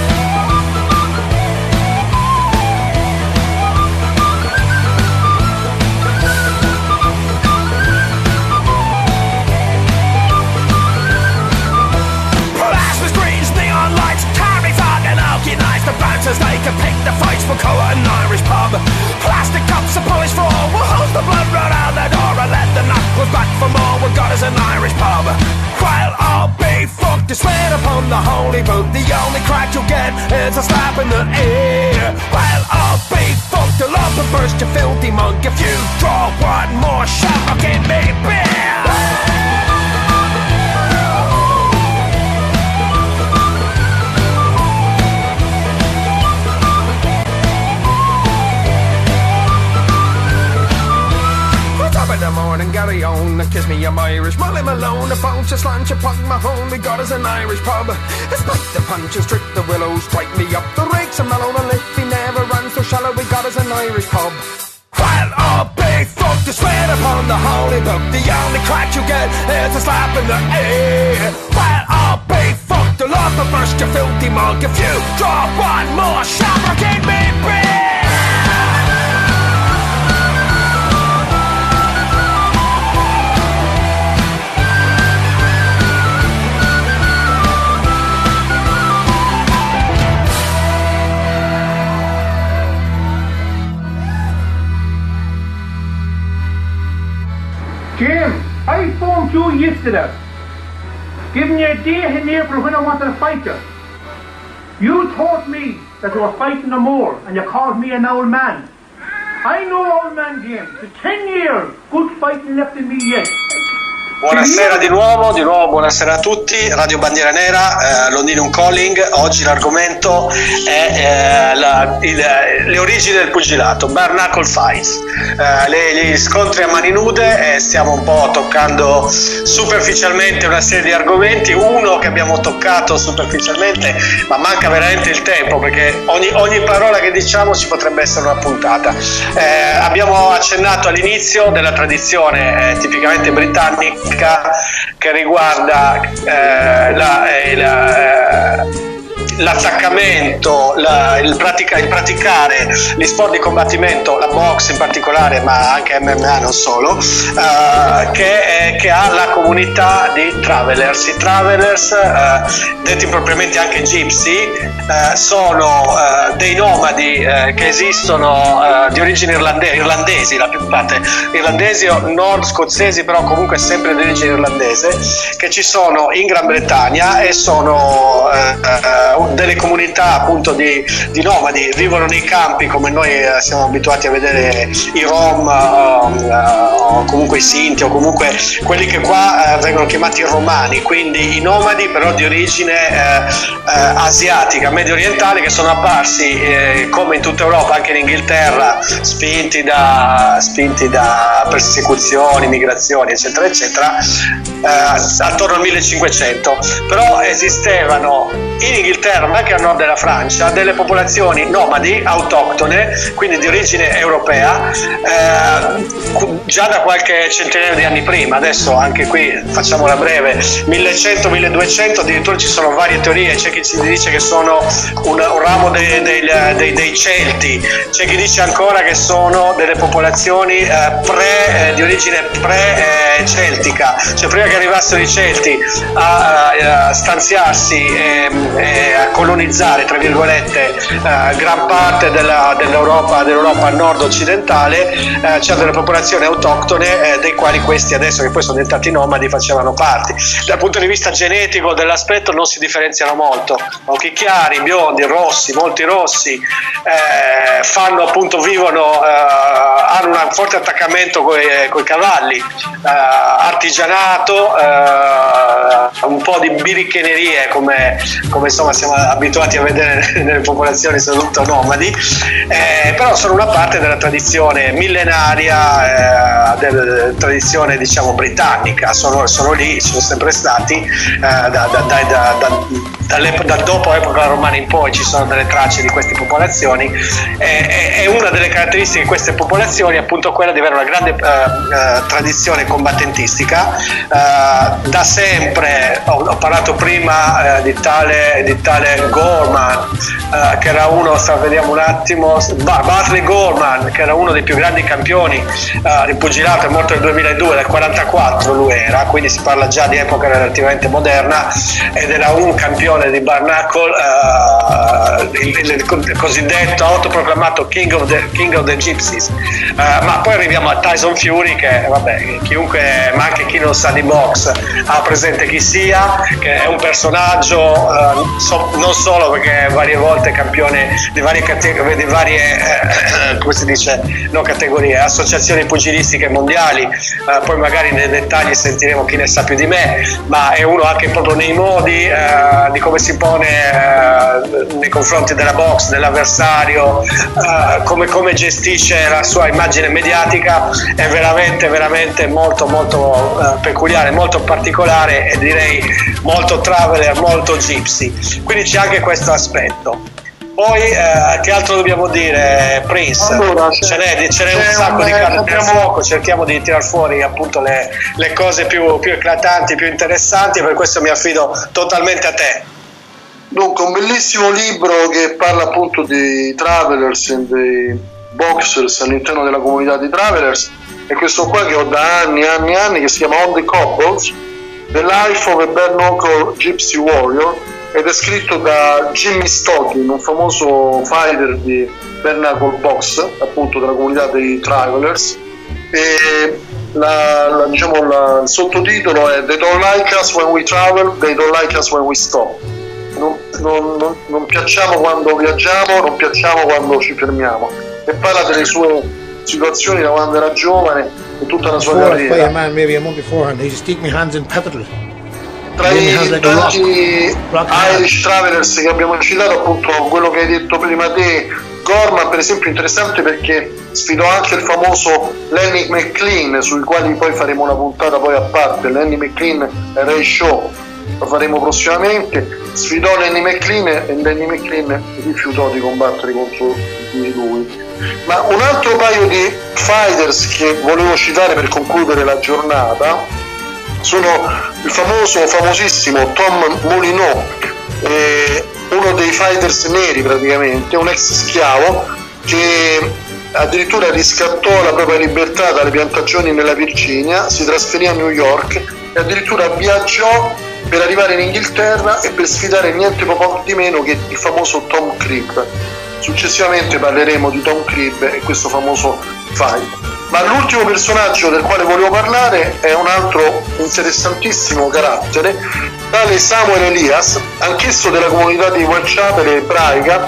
[SPEAKER 11] Plasma screens, neon lights, carry fucking alky nights. The bouncers, they can pick the fights, we'll call it an Irish pub. Plastic cups are polished for all, we'll hose the blood right out the door and let the knuckles back for more. We've got us an Irish pub. While I'll be fucked to swear upon the holy book, the only crack you'll get is a slap in the ear. While I'll be fucked, I'll up and burst your filthy mug if you draw one more shamrock in me beer. In the morning, Gary on, kiss me, I'm Irish. Molly Malone, a bounce, a slant, a punk, my home. We got us an Irish pub. Spike the punches, strip the willows, strike me up the rakes, and mellow the lift. He never ran so shallow. We got us an Irish pub. While I'll be fucked to swear upon the holy book, the only crack you get is a slap in the ear. While I'll be fucked, I'll off and burst your filthy mug if you draw one more shamrock in me beer.
[SPEAKER 12] Jim, I phoned you yesterday, giving you a day in April when I wanted to fight you. You told me that you were fighting no more, and you called me an old man. I know old man, Jim. The ten years, good fighting left in me yet.
[SPEAKER 4] Buonasera di nuovo, di nuovo buonasera a tutti, Radio Bandiera Nera, eh, Londinium Calling. Oggi l'argomento è eh, la, il, le origini del pugilato, bare knuckle fights, eh, le, gli scontri a mani nude, e stiamo un po' toccando superficialmente una serie di argomenti, uno che abbiamo toccato superficialmente, ma manca veramente il tempo perché ogni, ogni parola che diciamo ci potrebbe essere una puntata. Eh, abbiamo accennato all'inizio della tradizione eh, tipicamente britannica che riguarda eh, la, eh, la, eh, l'attaccamento, la, il, pratica, il praticare gli sport di combattimento, la box in particolare, ma anche M M A non solo, eh, che, è, che ha la comunità di travelers. I travelers, eh, detti propriamente anche gypsy, eh, sono eh, dei nomadi eh, che esistono eh, di origine irlandese, irlandesi, la più parte irlandesi o nord scozzesi, però comunque sempre di origine irlandese, che ci sono in Gran Bretagna e sono eh, eh, delle comunità appunto di, di nomadi, vivono nei campi come noi eh, siamo abituati a vedere i Rom eh, o comunque i Sinti o comunque quelli che qua eh, vengono chiamati romani, quindi i nomadi però di origine eh, eh, asiatica, medio orientale, che sono apparsi eh, come in tutta Europa, anche in Inghilterra, spinti da, spinti da persecuzioni, migrazioni eccetera eccetera, attorno al millecinquecento, però esistevano in Inghilterra ma anche a nord della Francia delle popolazioni nomadi autoctone, quindi di origine europea, eh, già da qualche centinaio di anni prima. Adesso anche qui facciamola breve, millecento milleduecento, addirittura ci sono varie teorie, c'è chi ci dice che sono un, un ramo dei, dei, dei, dei Celti, c'è chi dice ancora che sono delle popolazioni eh, pre, eh, di origine pre-celtica, eh, cioè prima che arrivassero i Celti a, a stanziarsi e, e a colonizzare tra virgolette eh, gran parte della, dell'Europa, dell'Europa nord-occidentale, eh, c'erano delle popolazioni autoctone eh, dei quali questi adesso che poi sono diventati nomadi facevano parte. Dal punto di vista genetico dell'aspetto non si differenziano molto, occhi chiari, biondi, rossi, molti rossi, eh, fanno appunto vivono eh, hanno un forte attaccamento con i cavalli, eh, artigianato, eh, un po' di birichenerie come, come insomma siamo abituati a vedere nelle popolazioni soprattutto nomadi, eh, però sono una parte della tradizione millenaria, eh, della tradizione diciamo britannica, sono, sono lì, sono sempre stati eh, da, da, da, da, da, da dopo epoca romana in poi ci sono delle tracce di queste popolazioni, e eh, una delle caratteristiche di queste popolazioni è appunto quella di avere una grande eh, eh, tradizione combattentistica, eh, da sempre. Ho, ho parlato prima eh, di tale di tale Gorman, eh, che era uno, sta, vediamo un attimo, Bartley Gorman, che era uno dei più grandi campioni eh, di pugilato, è morto nel duemiladue, nel quarantaquattro lui era, quindi si parla già di epoca relativamente moderna, ed era un campione di bare knuckle, eh, il, il, il cosiddetto autoproclamato King of the, King of the Gypsies. Uh, ma poi arriviamo a Tyson Fury, che vabbè, chiunque, ma anche chi non sa di box ha presente chi sia, che è un personaggio uh, so, non solo perché varie volte campione di varie categorie, di varie eh, come si dice, no categorie, associazioni pugilistiche mondiali, uh, poi magari nei dettagli sentiremo chi ne sa più di me, ma è uno anche proprio nei modi uh, di come si pone uh, nei confronti della box, dell'avversario, uh, come, come gestisce la sua immagine mediatica, è veramente veramente molto molto uh, peculiare, molto particolare e direi molto traveler, molto gypsy, quindi c'è anche questo aspetto. Poi eh, che altro dobbiamo dire, Prince? Allora, ce n'è, ce n'è un sacco un, di carne nel fuoco, cerchiamo di tirar fuori appunto le, le cose più, più eclatanti, più interessanti, e per questo mi affido totalmente a te.
[SPEAKER 3] Dunque, un bellissimo libro che parla appunto di travelers e dei boxers all'interno della comunità di travelers, è questo qua che ho da anni e anni e anni, che si chiama On the Cobbles, The Life of a Bare Knuckle Gypsy Warrior, ed è scritto da Jimmy Stocking, un famoso fighter di bare knuckle box, appunto della comunità dei travelers, e la, la, diciamo, la, il sottotitolo è They don't like us when we travel, they don't like us when we stop. Non, non, non, non piacciamo quando viaggiamo, non piacciamo quando ci fermiamo, e parla delle sue situazioni da quando era giovane e tutta la sua carriera.
[SPEAKER 13] Play a man maybe a month beforehand, he just stick my hands in perfectly.
[SPEAKER 3] Tra i tanti Irish Travelers che abbiamo citato, appunto quello che hai detto prima te, Gorman per esempio, interessante perché sfidò anche il famoso Lenny McLean, sui quali poi faremo una puntata poi a parte. Lenny McLean e Ray Shaw lo faremo prossimamente. Sfidò Lenny McLean e Lenny McLean rifiutò di combattere contro di lui. Ma un altro paio di fighters che volevo citare per concludere la giornata sono il famoso, famosissimo Tom Molineaux, eh, uno dei fighters neri praticamente, un ex schiavo che addirittura riscattò la propria libertà dalle piantagioni nella Virginia, si trasferì a New York e addirittura viaggiò per arrivare in Inghilterra e per sfidare niente poco di meno che il famoso Tom Cribb. Successivamente parleremo di Tom Cribb e questo famoso fight. Ma l'ultimo personaggio del quale volevo parlare è un altro interessantissimo carattere, tale Samuel Elias, anch'esso della comunità di Whitechapel ebraica,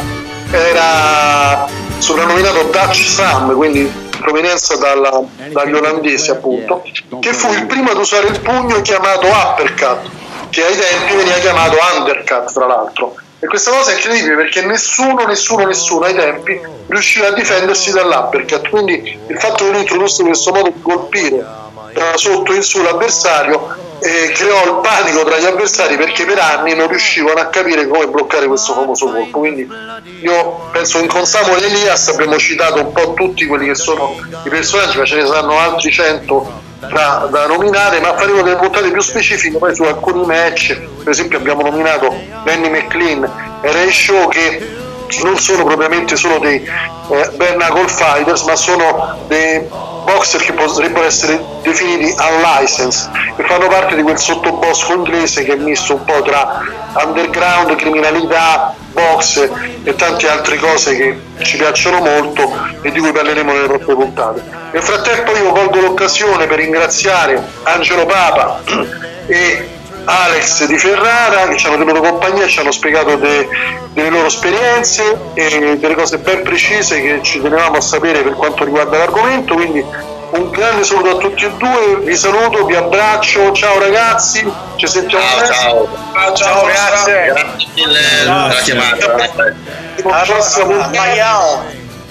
[SPEAKER 3] era soprannominato Dutch Sam, quindi provenienza dalla, dagli olandesi appunto, che fu il primo ad usare il pugno chiamato uppercut, che ai tempi veniva chiamato undercut tra l'altro. E questa cosa è incredibile perché nessuno, nessuno, nessuno ai tempi riusciva a difendersi dall'uppercut, quindi il fatto che lui introdusse questo modo di colpire da sotto in su l'avversario eh, creò il panico tra gli avversari, perché per anni non riuscivano a capire come bloccare questo famoso colpo. Quindi io penso che in con Samuel Elias abbiamo citato un po' tutti quelli che sono i personaggi, ma ce ne saranno altri cento da, da nominare, ma faremo delle puntate più specifiche poi su alcuni match. Per esempio abbiamo nominato Danny McLean e Ray Shaw, che non sono propriamente solo dei eh, bare knuckle fighters, ma sono dei boxer che potrebbero essere definiti unlicensed, che fanno parte di quel sottobosco inglese che è misto un po' tra underground, criminalità, box e tante altre cose che ci piacciono molto e di cui parleremo nelle prossime puntate. Nel frattempo io colgo l'occasione per ringraziare Angelo Papa e Alex Di Ferrara, che ci hanno tenuto compagnia e ci hanno spiegato de, delle loro esperienze e delle cose ben precise che ci tenevamo a sapere per quanto riguarda l'argomento. Quindi un grande saluto a tutti e due, vi saluto, vi abbraccio, ciao ragazzi, ci sentiamo
[SPEAKER 10] ciao, ciao.
[SPEAKER 3] ciao, ciao,
[SPEAKER 10] grazie, grazie mille per la chiamata.
[SPEAKER 3] Alla prossima puntata.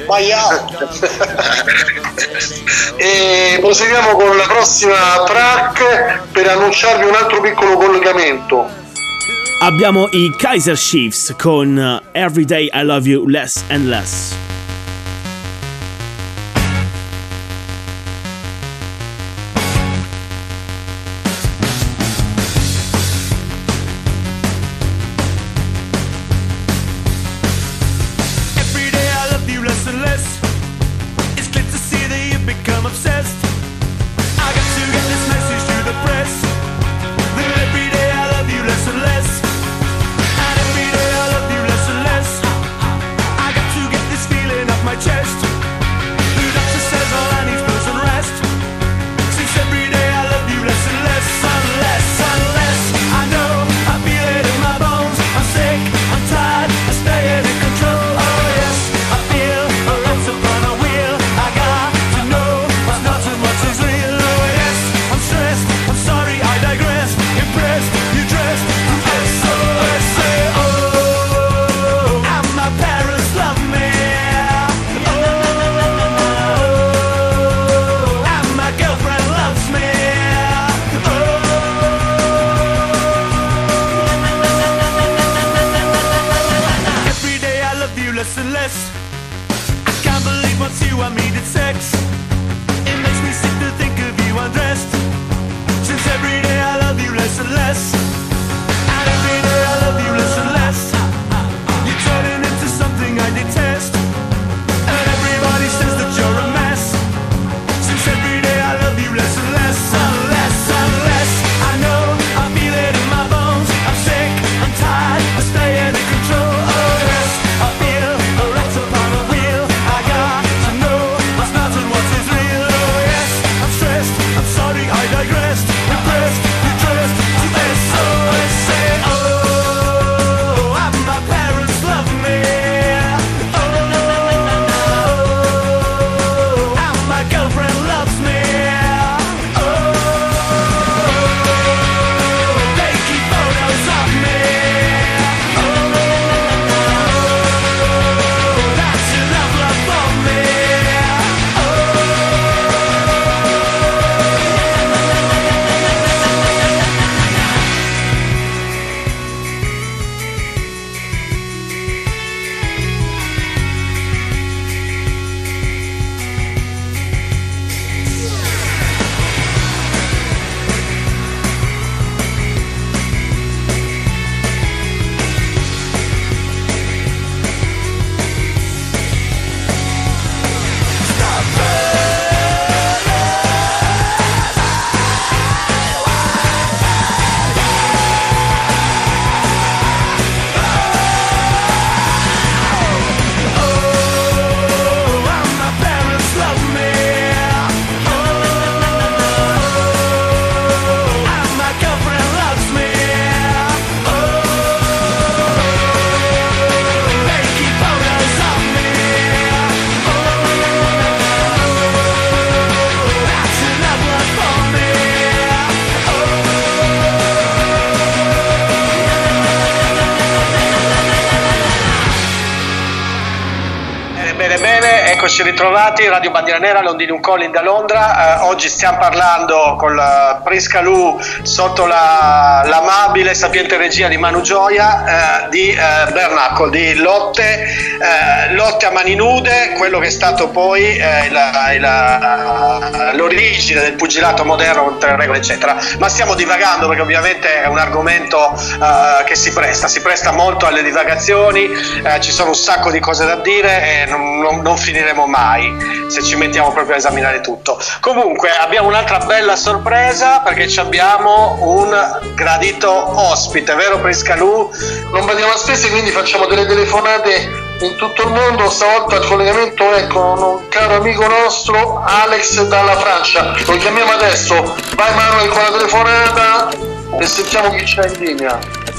[SPEAKER 3] E proseguiamo con la prossima track per annunciarvi un altro piccolo collegamento.
[SPEAKER 14] Abbiamo i Kaiser Chiefs con Every Day I Love You Less and Less.
[SPEAKER 4] bene, bene, eccoci ritrovati, Radio Bandiera Nera, Londinium Calling da Londra. Eh, oggi stiamo parlando con la Prisca Lu sotto la, l'amabile e sapiente regia di Manu Gioia eh, di eh, Bare-Knuckle, di lotte, eh, lotte a mani nude, quello che è stato poi eh, la, la, l'origine del pugilato moderno con tre regole eccetera. Ma stiamo divagando perché ovviamente è un argomento eh, che si presta, si presta molto alle divagazioni, eh, ci sono un sacco di cose da dire e non, non, non finiremo mai se ci mettiamo proprio a esaminare tutto. Comunque abbiamo un'altra bella sorpresa perché ci abbiamo un gradito ospite, vero Prisca Lu?
[SPEAKER 3] Non badiamo a spese, quindi facciamo delle telefonate in tutto il mondo. Stavolta il collegamento è con un caro amico nostro, Alex dalla Francia. Lo chiamiamo adesso. Vai Manuel con la telefonata e sentiamo chi c'è in linea.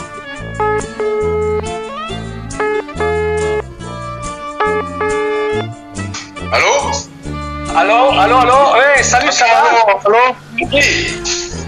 [SPEAKER 9] Allo?
[SPEAKER 4] Allo, allo, allo, eh, salut, ça va?
[SPEAKER 3] Allo?
[SPEAKER 9] Sì.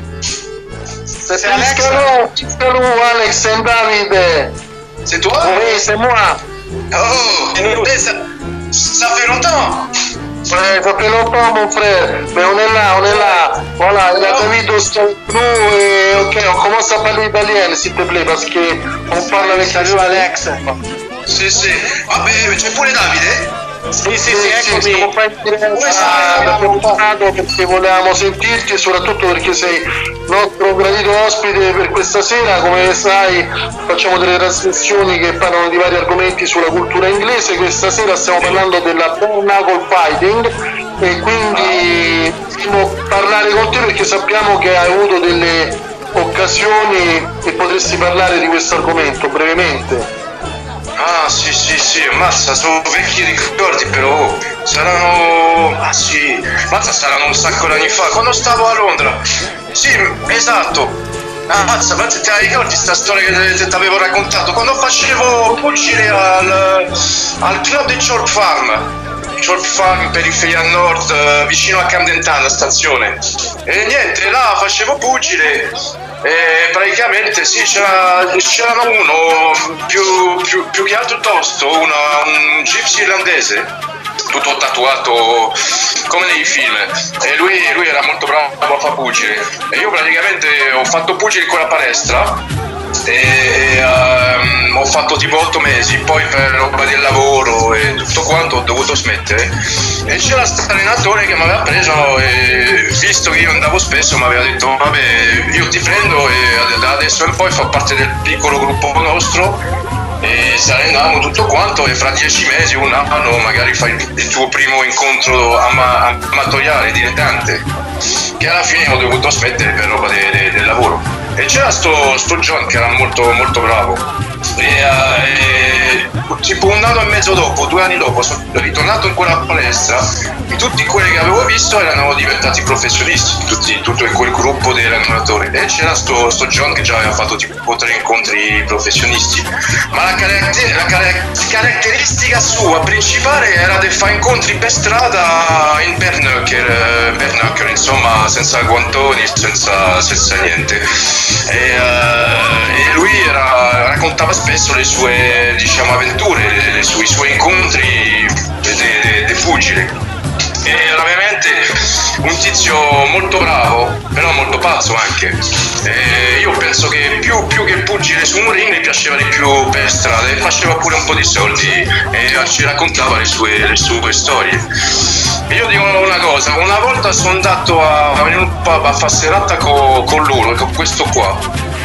[SPEAKER 3] C'est Salut Alex et David.
[SPEAKER 9] C'est toi?
[SPEAKER 3] Oui, c'est moi.
[SPEAKER 9] Oh, eh, ça, ça fait longtemps.
[SPEAKER 3] Ouais, ça fait longtemps mon frère, mais on est là, on est là. Voilà, il y a David aussi avec nous et ok, on commence à parler italien s'il te plaît parce que on parle avec
[SPEAKER 4] Salut Alex.
[SPEAKER 9] Sì, sì. Vabbè, c'è pure Davide?
[SPEAKER 4] Sì, sì, sì, eccomi.
[SPEAKER 3] Siamo qua in diretta perché volevamo sentirti e soprattutto perché sei nostro gradito ospite per questa sera. Come sai facciamo delle trasmissioni che parlano di vari argomenti sulla cultura inglese. Questa sera stiamo parlando della Bare-Knuckle Fighting e quindi vogliamo parlare con te perché sappiamo che hai avuto delle occasioni e potresti parlare di questo argomento brevemente.
[SPEAKER 9] Ah sì sì sì, mazza, sono vecchi ricordi però, saranno, ah sì, mazza saranno un sacco di anni fa, quando stavo a Londra, sì, esatto, ah mazza, mazza te la ricordi sta storia che ti avevo raccontato, quando facevo pugile al, al club di Chalk Farm, Chalk Farm, periferia nord, vicino a Camden Town, la stazione, e niente, là facevo pugile. E praticamente sì, c'era, c'era uno più, più, più che altro tosto, una, un gypsy irlandese, tutto tatuato come nei film, e lui, lui era molto bravo a fare pugile e io praticamente ho fatto pugile in quella palestra e um, ho fatto tipo otto mesi, poi per roba del lavoro e tutto quanto ho dovuto smettere e c'era questo allenatore che mi aveva preso e visto che io andavo spesso mi aveva detto vabbè io ti prendo e da adesso in poi fa parte del piccolo gruppo nostro e se allenavamo tutto quanto e fra dieci mesi, un anno magari fai il tuo primo incontro ama- amatoriale, dilettante, che alla fine ho dovuto smettere per roba de- de- del lavoro e c'era sto, sto John che era molto molto bravo e, uh, e tipo un anno e mezzo dopo, due anni dopo sono ritornato in quella palestra e tutti quelli che avevo visto erano diventati professionisti, tutti, tutto in quel gruppo dei allenatori e c'era sto, sto John che già aveva fatto tipo tre incontri professionisti, ma la, caratter- la car- caratteristica sua principale era di fare incontri per strada in Bare-Knuckle, Bare-Knuckle insomma senza guantoni, senza, senza niente e, uh, e lui era, raccontava spesso le sue diciamo avventure, le, le sue, i suoi incontri di pugile. Era veramente un tizio molto bravo, però molto pazzo anche. E io penso che più, più che pugile su un ring mi piaceva di più per strada e faceva pure un po' di soldi e ci raccontava le sue, le sue storie. E io dico una cosa, una volta sono andato a, a venire un pub a fare serata con, con loro, con questo qua.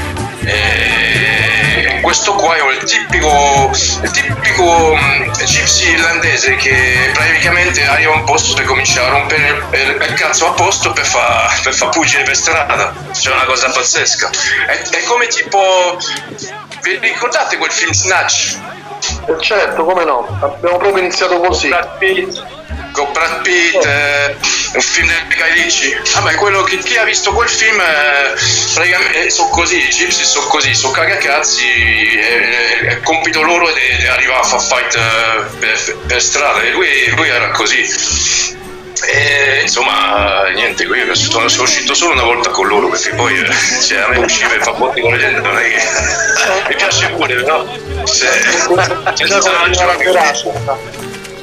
[SPEAKER 9] E questo qua è il tipico il tipico um, gypsy irlandese che praticamente arriva a un posto e comincia a rompere il, il cazzo a posto per fare per fa pugile per strada, c'è una cosa pazzesca, è, è come tipo, vi ricordate quel film Snatch?
[SPEAKER 3] Eh certo, come no, abbiamo proprio iniziato così.
[SPEAKER 9] Con Brad Pitt, eh, un film di Guy Ritchie. Vabbè, quello che chi ha visto quel film eh, praticamente eh, sono così, i gypsy sono così, sono cagacazzi, è, è compito loro di arrivare a fare fight eh, per, per strada e lui, lui era così. E insomma niente, io sono, sono uscito solo una volta con loro perché poi eh, cioè, a me uscire e fa botti con la gente non è che mi piace pure, però se, se, se, se, se,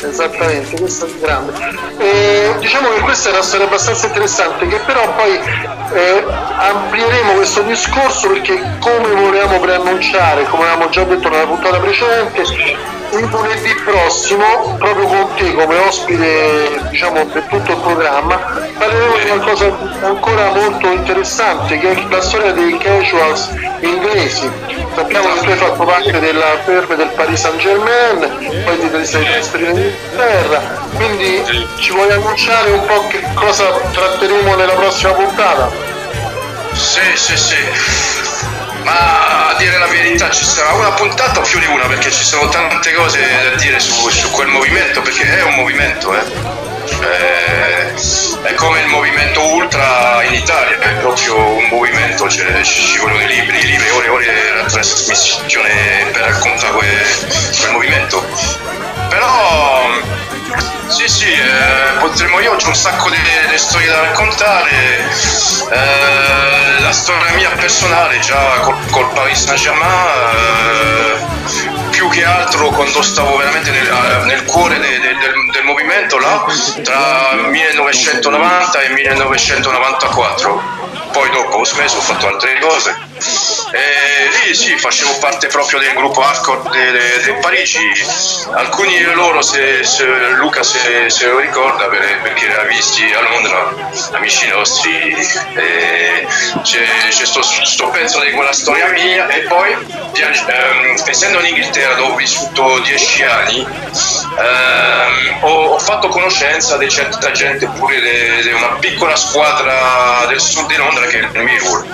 [SPEAKER 3] Esattamente, questo è il grande. E diciamo che questa è una storia abbastanza interessante, che però poi eh, amplieremo questo discorso, perché come volevamo preannunciare, come avevamo già detto nella puntata precedente, il lunedì prossimo, proprio con te come ospite, diciamo, per tutto il programma, parleremo di qualcosa ancora molto interessante, che è la storia dei casuals inglesi. Sappiamo che tu hai fatto parte della ferme del Paris Saint Germain, poi ti sei trasferito in Inghilterra, quindi ci vuoi annunciare un po' che cosa tratteremo nella prossima puntata?
[SPEAKER 15] Sì, sì, sì. Ma a dire la verità ci sarà una puntata o più di una, perché ci sono tante cose da dire su, su quel movimento, perché è un movimento, eh. Eh, è come il movimento ultra in Italia, è proprio un movimento, cioè, ci vogliono i libri, i libri, ore e ore la trasmissione per raccontare quel, quel movimento. Però sì sì, eh, potremmo, io ho un sacco di, di storie da raccontare, eh, la storia mia personale già col, col Paris Saint Germain, eh, più che altro quando stavo veramente nel, nel cuore de, de, del, del movimento là, tra millenovecentonovanta e millenovecentonovantaquattro. Poi dopo ho smesso, ho fatto altre cose e lì sì, facevo parte proprio del gruppo hardcore di Parigi. Alcuni di loro, se, se Luca se, se lo ricorda, perché li ha visti a Londra, amici nostri, e c'è, c'è sto, sto pezzo di quella storia mia. E poi ehm, essendo in Inghilterra dove ho vissuto dieci anni, ehm, ho, ho fatto conoscenza di certa gente pure di una piccola squadra del sud di Londra che è il Millwall.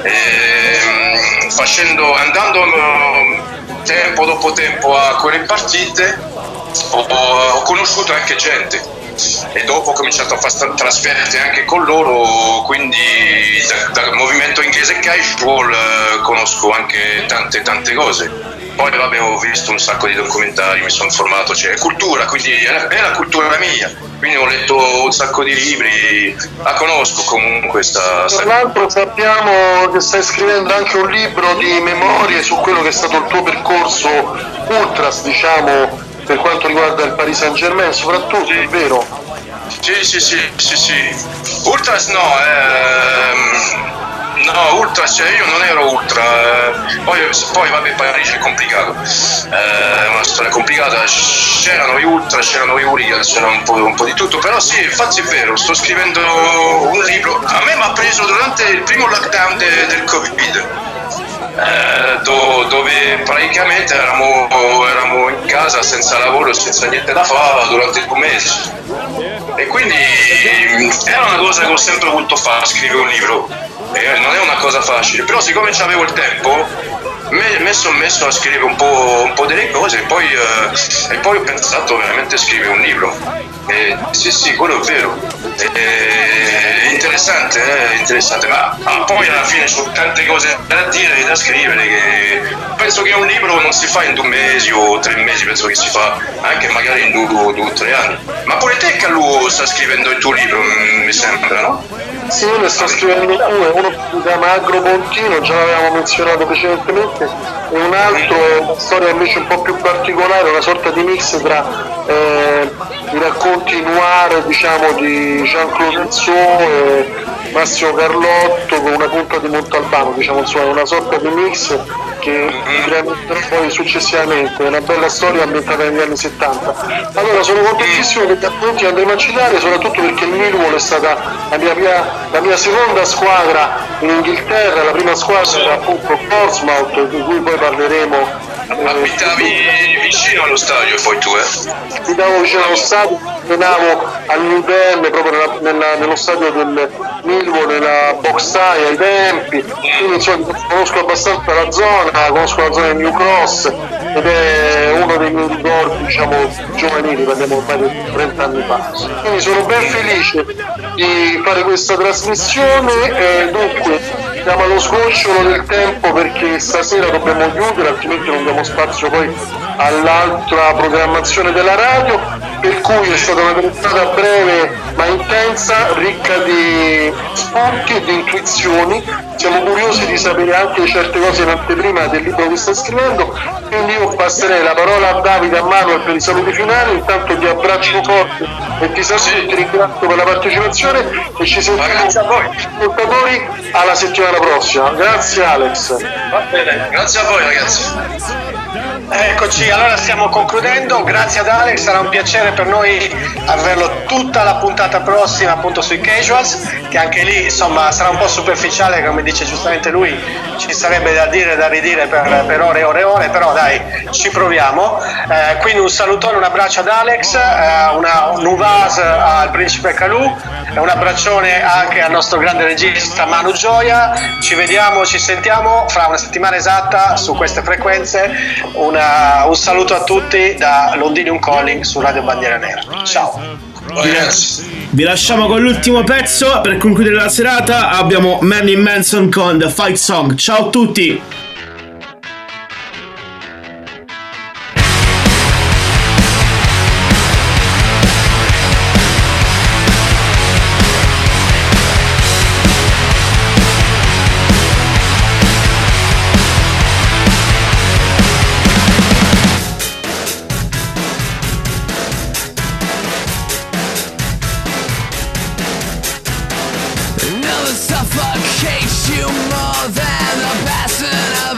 [SPEAKER 15] E, facendo, andando tempo dopo tempo a quelle partite ho, ho conosciuto anche gente, e dopo ho cominciato a fare trasferte anche con loro, quindi da, dal movimento inglese casual eh, conosco anche tante tante cose. Poi vabbè, ho visto un sacco di documentari, mi sono informato, c'è cioè, cultura, quindi è la, è la cultura mia, quindi ho letto un sacco di libri, la conosco comunque sta, sta...
[SPEAKER 3] Tra l'altro sappiamo che stai scrivendo anche un libro di memorie su quello che è stato il tuo percorso ultras, diciamo, per quanto riguarda il Paris Saint Germain soprattutto, sì. È vero?
[SPEAKER 15] Sì, sì, sì, sì, sì. Ultras no, ehm... no, ultra, cioè io non ero ultra, eh, poi, poi vabbè, Parigi è complicato, è eh, una storia complicata, c'erano gli ultra, c'erano gli hooligans, c'era un po', un po' di tutto, però sì, infatti è vero, sto scrivendo un libro, a me mi ha preso durante il primo lockdown de, del Covid, eh, do, dove praticamente eravamo, eravamo in casa senza lavoro, senza niente da fare durante due mesi, e quindi era una cosa che ho sempre voluto fare, scrivere un libro. Eh, non è una cosa facile, però siccome avevo il tempo me, me sono messo a scrivere un po', un po' delle cose e poi, eh, e poi ho pensato veramente a scrivere un libro. Eh, sì sì, quello è vero, eh, è interessante, eh, interessante, ma, ma poi alla fine ci sono tante cose da dire e da scrivere che penso che un libro non si fa in due mesi o tre mesi, penso che si fa anche magari in due, due o tre anni. Ma pure te, Calù, sta scrivendo il tuo libro, mi sembra, no?
[SPEAKER 3] Sì, io ne sto scrivendo due, uno si chiama Agropontino, già l'avevamo menzionato precedentemente, e un altro, una storia invece un po' più particolare, una sorta di mix tra eh, i racconti noir, diciamo, di Jean-Claude Rousseau e Massimo Carlotto con una punta di Montalbano, diciamo, insomma, una sorta di mix che ripresenterò poi successivamente, è una bella storia ambientata negli anni settanta. Allora sono contentissimo che appunti andremo a citare, soprattutto perché il Millwall è stata la mia, mia, la mia seconda squadra in Inghilterra, la prima squadra era appunto Portsmouth, di cui poi parleremo.
[SPEAKER 15] Abitavi vicino allo stadio poi tu, eh?
[SPEAKER 3] Abitavo vicino allo stadio, allenavo al New Ben, proprio nella, nella, nello stadio del Millwall, nella Boxai ai tempi, quindi insomma conosco abbastanza la zona, conosco la zona di New Cross ed è uno dei miei ricordi, diciamo, giovanili, parliamo ormai di trenta anni fa. Quindi sono ben felice di fare questa trasmissione e dunque siamo allo sgocciolo del tempo perché stasera dobbiamo chiudere, altrimenti non diamo spazio poi all'altra programmazione della radio, per cui è stata una telefonata breve ma intensa, ricca di spunti e di intuizioni. Siamo curiosi di sapere anche certe cose in anteprima del libro che sta scrivendo, quindi io passerei la parola a Davide e a Manuel per i saluti finali. Intanto ti abbraccio forte e ti saluto e ti ringrazio per la partecipazione e ci sentiamo ascoltatori alla settimana prossima. Grazie Alex.
[SPEAKER 4] Va bene, grazie a voi ragazzi. Eccoci, allora stiamo concludendo, grazie ad Alex, sarà un piacere per noi averlo tutta la puntata prossima appunto sui Casuals, che anche lì insomma sarà un po' superficiale, come dice giustamente lui, ci sarebbe da dire e da ridire per, per ore e ore e ore, però dai, ci proviamo. Eh, quindi un salutone, un abbraccio ad Alex, eh, una, un uvas al principe Calù e un abbraccione anche al nostro grande regista Manu Gioia. Ci vediamo, ci sentiamo fra una settimana esatta su queste frequenze. Una, un saluto a tutti da Londinium Calling su Radio Bandiera Nera. Ciao.
[SPEAKER 2] Vi lasciamo con l'ultimo pezzo per concludere la serata. Abbiamo Marilyn Manson con The Fight Song. Ciao a tutti.
[SPEAKER 11] Suffocates you more than the passing of